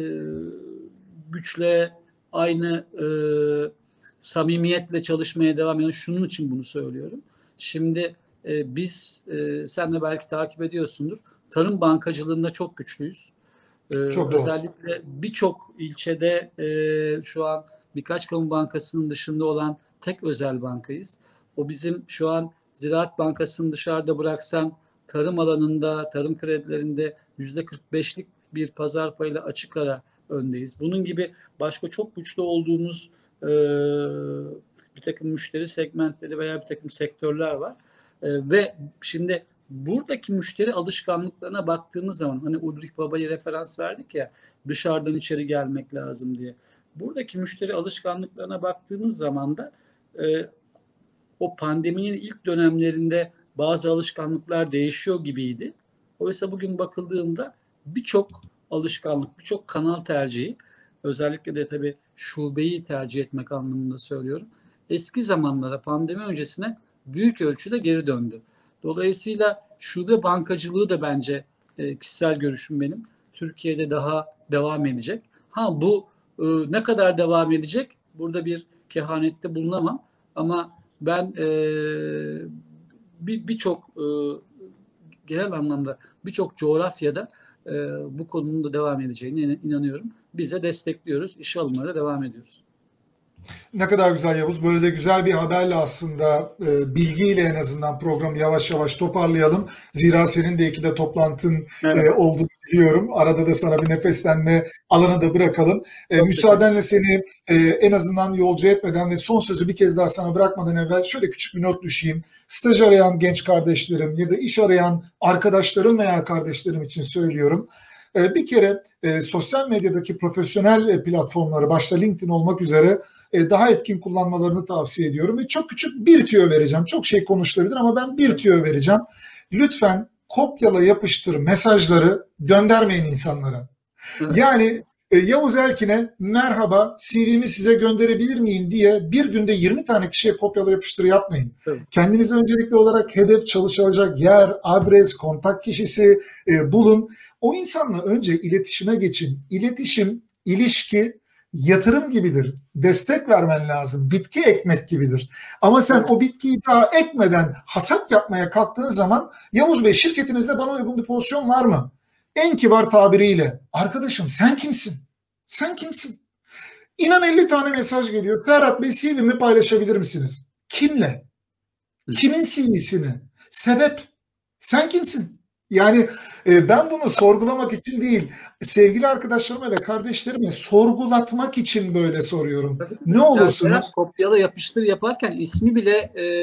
güçle, aynı e, samimiyetle çalışmaya devam ediyor. Şunun için bunu söylüyorum. Şimdi e, biz, e, sen de belki takip ediyorsundur. Tarım bankacılığında çok güçlüyüz. Ee, Çok doğru. özellikle birçok ilçede e, şu an birkaç kamu bankasının dışında olan tek özel bankayız. O bizim şu an Ziraat Bankası'nı dışarıda bıraksan tarım alanında, tarım kredilerinde yüzde kırk beşlik bir pazar payıyla açık ara öndeyiz. Bunun gibi başka çok güçlü olduğumuz e, bir takım müşteri segmentleri veya bir takım sektörler var. E, ve şimdi buradaki müşteri alışkanlıklarına baktığımız zaman hani Ulrich Baba'yı referans verdik ya dışarıdan içeri gelmek lazım diye. Buradaki müşteri alışkanlıklarına baktığımız zaman da e, o pandeminin ilk dönemlerinde bazı alışkanlıklar değişiyor gibiydi. Oysa bugün bakıldığında birçok alışkanlık, birçok kanal tercihi özellikle de tabii şubeyi tercih etmek anlamında söylüyorum. Eski zamanlara pandemi öncesine büyük ölçüde geri döndü. Dolayısıyla şube bankacılığı da bence e, kişisel görüşüm benim. Türkiye'de daha devam edecek. Ha bu e, ne kadar devam edecek? Burada bir kehanette bulunamam. Ama ben e, bir birçok e, genel anlamda birçok coğrafyada e, bu konunun da devam edeceğine inanıyorum. Biz de destekliyoruz. İşe alımlara devam ediyoruz. Ne kadar güzel Yavuz. Böyle de güzel bir haberle aslında e, bilgiyle en azından programı yavaş yavaş toparlayalım. Zira senin de ikide toplantın Evet. e, olduğunu biliyorum. Arada da sana bir nefeslenme alanı da bırakalım. E, müsaadenle seni e, en azından yolcu etmeden ve son sözü bir kez daha sana bırakmadan evvel şöyle küçük bir not düşeyim. Staj arayan genç kardeşlerim ya da iş arayan arkadaşlarım veya kardeşlerim için söylüyorum. Bir kere e, sosyal medyadaki profesyonel e, platformları başta LinkedIn olmak üzere e, daha etkin kullanmalarını tavsiye ediyorum. Ve çok küçük bir tüyo vereceğim. Çok şey konuşulabilir ama ben bir tüyo vereceğim. Lütfen kopyala yapıştır mesajları göndermeyin insanlara. Evet. Yani e, Yavuz Elkin'e merhaba C V'mi size gönderebilir miyim diye bir günde yirmi tane kişiye kopyala yapıştır yapmayın. Evet. Kendinize öncelikli olarak hedef, çalışacak yer, adres, kontak kişisi e, bulun. O insanla önce iletişime geçin. İletişim, ilişki yatırım gibidir. Destek vermen lazım. Bitki ekmek gibidir. Ama sen o bitkiyi daha ekmeden hasat yapmaya kalktığın zaman Yavuz Bey şirketinizde bana uygun bir pozisyon var mı? En kibar tabiriyle arkadaşım sen kimsin? Sen kimsin? İnan elli tane mesaj geliyor. Ferhat Bey C V'mi paylaşabilir misiniz? Kimle? Kimin C V'sini? Sebep? Sen kimsin? Yani e, ben bunu sorgulamak için değil, sevgili arkadaşlarıma ve kardeşlerime sorgulatmak için böyle soruyorum. Ne olursunuz? Biraz kopyala yapıştır yaparken ismi bile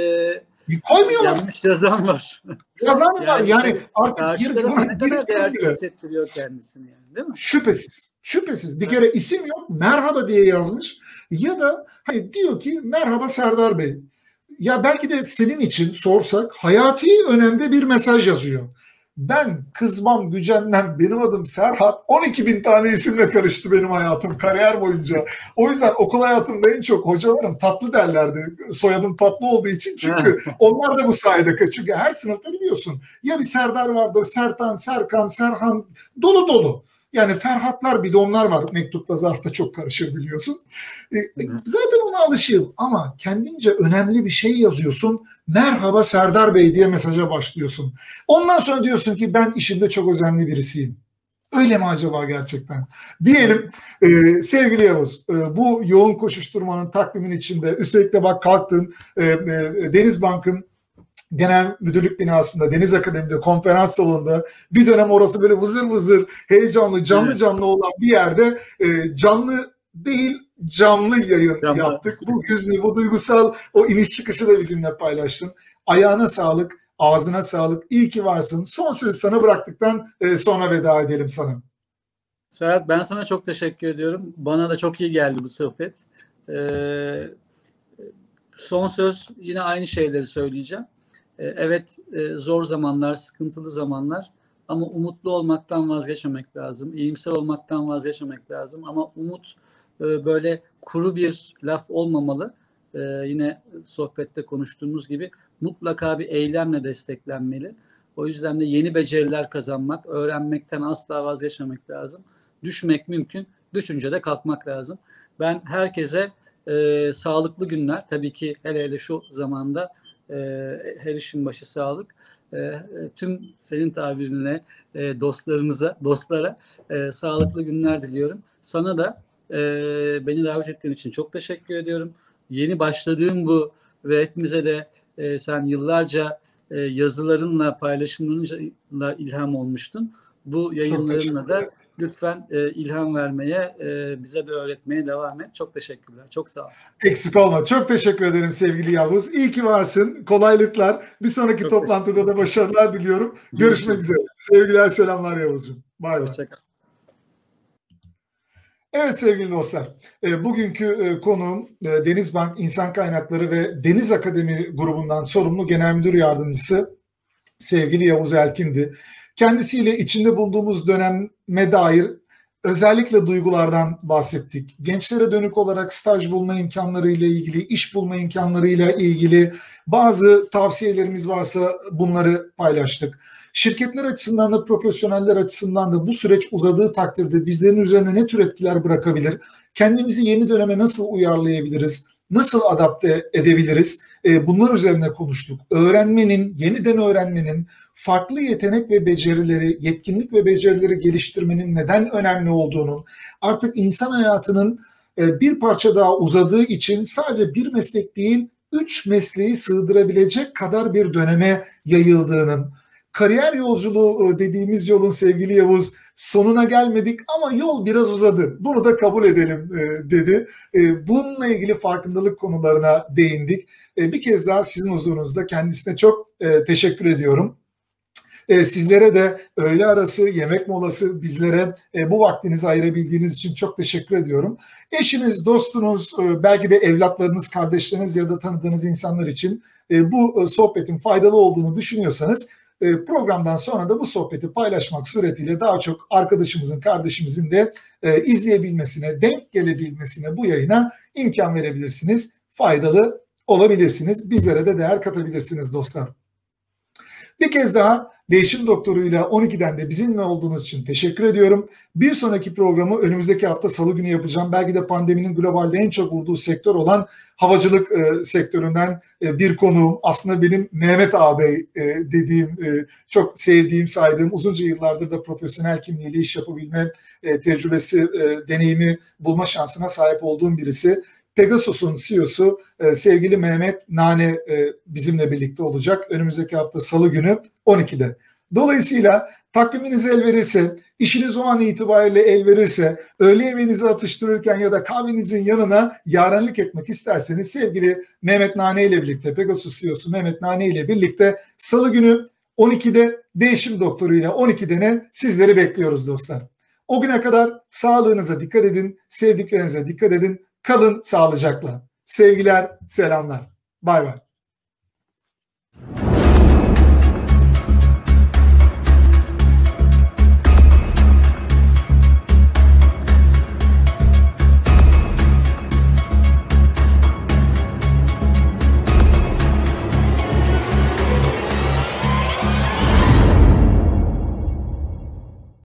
e, koymuyorlar. Yanlış yazan var. Yazan yani, var. Yani artık gir, buna ne kadar değersiz hissettiriyor kendisini yani, değil mi? Şüphesiz. Şüphesiz. Bir kere isim yok. Merhaba diye yazmış. Ya da hayır, diyor ki merhaba Serdar Bey. Ya belki de senin için sorsak hayati önemde bir mesaj yazıyor. Ben kızmam, gücenmem. Benim adım Serhat. on iki bin tane isimle karıştı benim hayatım kariyer boyunca. O yüzden okul hayatımda en çok hocalarım tatlı derlerdi. Soyadım tatlı olduğu için. Çünkü onlar da bu sayede. Çünkü her sınıfta biliyorsun. Ya bir Serdar vardır, Sertan, Serkan, Serhan dolu dolu. Yani Ferhatlar bidonlar var. Mektupta zarfta çok karışır biliyorsun. E, zaten ona alışığım ama kendince önemli bir şey yazıyorsun. Merhaba Serdar Bey diye mesaja başlıyorsun. Ondan sonra diyorsun ki ben işimde çok özenli birisiyim. Öyle mi acaba gerçekten? Diyelim e, sevgili Yavuz, e, bu yoğun koşuşturmanın takvimin içinde üstelik de bak kalktın e, e, Denizbank'ın genel müdürlük binasında, Deniz Akademi'de, konferans salonunda bir dönem orası böyle vızır vızır, heyecanlı, canlı canlı olan bir yerde e, canlı değil canlı yayın canlı. yaptık. Bu hüznü, bu duygusal o iniş çıkışı da bizimle paylaştın. Ayağına sağlık, ağzına sağlık. İyi ki varsın. Son sözü sana bıraktıktan e, sonra veda edelim sana. Serhat, ben sana çok teşekkür ediyorum. Bana da çok iyi geldi bu sohbet. Ee, son söz yine aynı şeyleri söyleyeceğim. Evet, zor zamanlar, sıkıntılı zamanlar ama umutlu olmaktan vazgeçmemek lazım. İyimser olmaktan vazgeçmemek lazım ama umut böyle kuru bir laf olmamalı. Yine sohbette konuştuğumuz gibi mutlaka bir eylemle desteklenmeli. O yüzden de yeni beceriler kazanmak, öğrenmekten asla vazgeçmemek lazım. Düşmek mümkün, düşünce de kalkmak lazım. Ben herkese e, sağlıklı günler, tabii ki hele hele şu zamanda her işin başı sağlık. Tüm senin tabirinle dostlarımıza, dostlara sağlıklı günler diliyorum. Sana da beni davet ettiğin için çok teşekkür ediyorum. Yeni başladığım bu ve hepimize de sen yıllarca yazılarınla, paylaşımlarınla ilham olmuştun. Bu yayınlarınla da lütfen e, ilham vermeye, e, bize de öğretmeye devam et. Çok teşekkürler. Çok sağ ol. Eksik olma. Çok teşekkür ederim sevgili Yavuz. İyi ki varsın. Kolaylıklar. Bir sonraki çok toplantıda da başarılar diliyorum. Görüşmek, Görüşmek üzere. Sevgiler, selamlar Yavuzcuğum. Bay bay. Evet sevgili dostlar, bugünkü konuğum Denizbank İnsan Kaynakları ve Deniz Akademi grubundan sorumlu Genel Müdür Yardımcısı sevgili Yavuz Elkin'di. Kendisiyle içinde bulunduğumuz döneme dair Özellikle duygulardan bahsettik. Gençlere dönük olarak staj bulma imkanları ile ilgili, iş bulma imkanları ile ilgili bazı tavsiyelerimiz varsa bunları paylaştık. Şirketler açısından da profesyoneller açısından da bu süreç uzadığı takdirde bizlerin üzerine ne tür etkiler bırakabilir? Kendimizi yeni döneme nasıl uyarlayabiliriz? Nasıl adapte edebiliriz? Bunlar üzerine konuştuk. Öğrenmenin, yeniden öğrenmenin, farklı yetenek ve becerileri, yetkinlik ve becerileri geliştirmenin neden önemli olduğunu, artık insan hayatının bir parça daha uzadığı için sadece bir meslek değil, üç mesleği sığdırabilecek kadar bir döneme yayıldığının, kariyer yolculuğu dediğimiz yolun sevgili Yavuz, sonuna gelmedik ama yol biraz uzadı. Bunu da kabul edelim dedi. Bununla ilgili farkındalık konularına değindik. Bir kez daha sizin huzurunuzda kendisine çok teşekkür ediyorum. Sizlere de öğle arası, yemek molası bizlere bu vaktinizi ayırabildiğiniz için çok teşekkür ediyorum. Eşiniz, dostunuz, belki de evlatlarınız, kardeşleriniz ya da tanıdığınız insanlar için bu sohbetin faydalı olduğunu düşünüyorsanız programdan sonra da bu sohbeti paylaşmak suretiyle daha çok arkadaşımızın, kardeşimizin de izleyebilmesine, denk gelebilmesine bu yayına imkan verebilirsiniz. Faydalı olabilirsiniz. Bizlere de değer katabilirsiniz dostlar. Bir kez daha Değişim Doktoru'yla on ikiden de bizimle olduğunuz için teşekkür ediyorum. Bir sonraki programı önümüzdeki hafta Salı günü yapacağım. Belki de pandeminin globalde en çok vurduğu sektör olan havacılık e, sektöründen e, bir konuğum. Aslında benim Mehmet ağabey e, dediğim, e, çok sevdiğim, saydığım, uzunca yıllardır da profesyonel kimliğiyle iş yapabilme e, tecrübesi, e, deneyimi bulma şansına sahip olduğum birisi. Pegasus'un C E O'su sevgili Mehmet Nane bizimle birlikte olacak. Önümüzdeki hafta Salı günü on ikide. Dolayısıyla takviminiz el verirse, işiniz o an itibariyle el verirse, öğle yemeğinizi atıştırırken ya da kahvenizin yanına yarenlik etmek isterseniz sevgili Mehmet Nane ile birlikte, Pegasus C E O'su Mehmet Nane ile birlikte Salı günü on ikide Değişim Doktoru ile on ikide ne sizleri bekliyoruz dostlar. O güne kadar sağlığınıza dikkat edin, sevdiklerinize dikkat edin. Kalın sağlıcakla. Sevgiler, selamlar. Bay bay.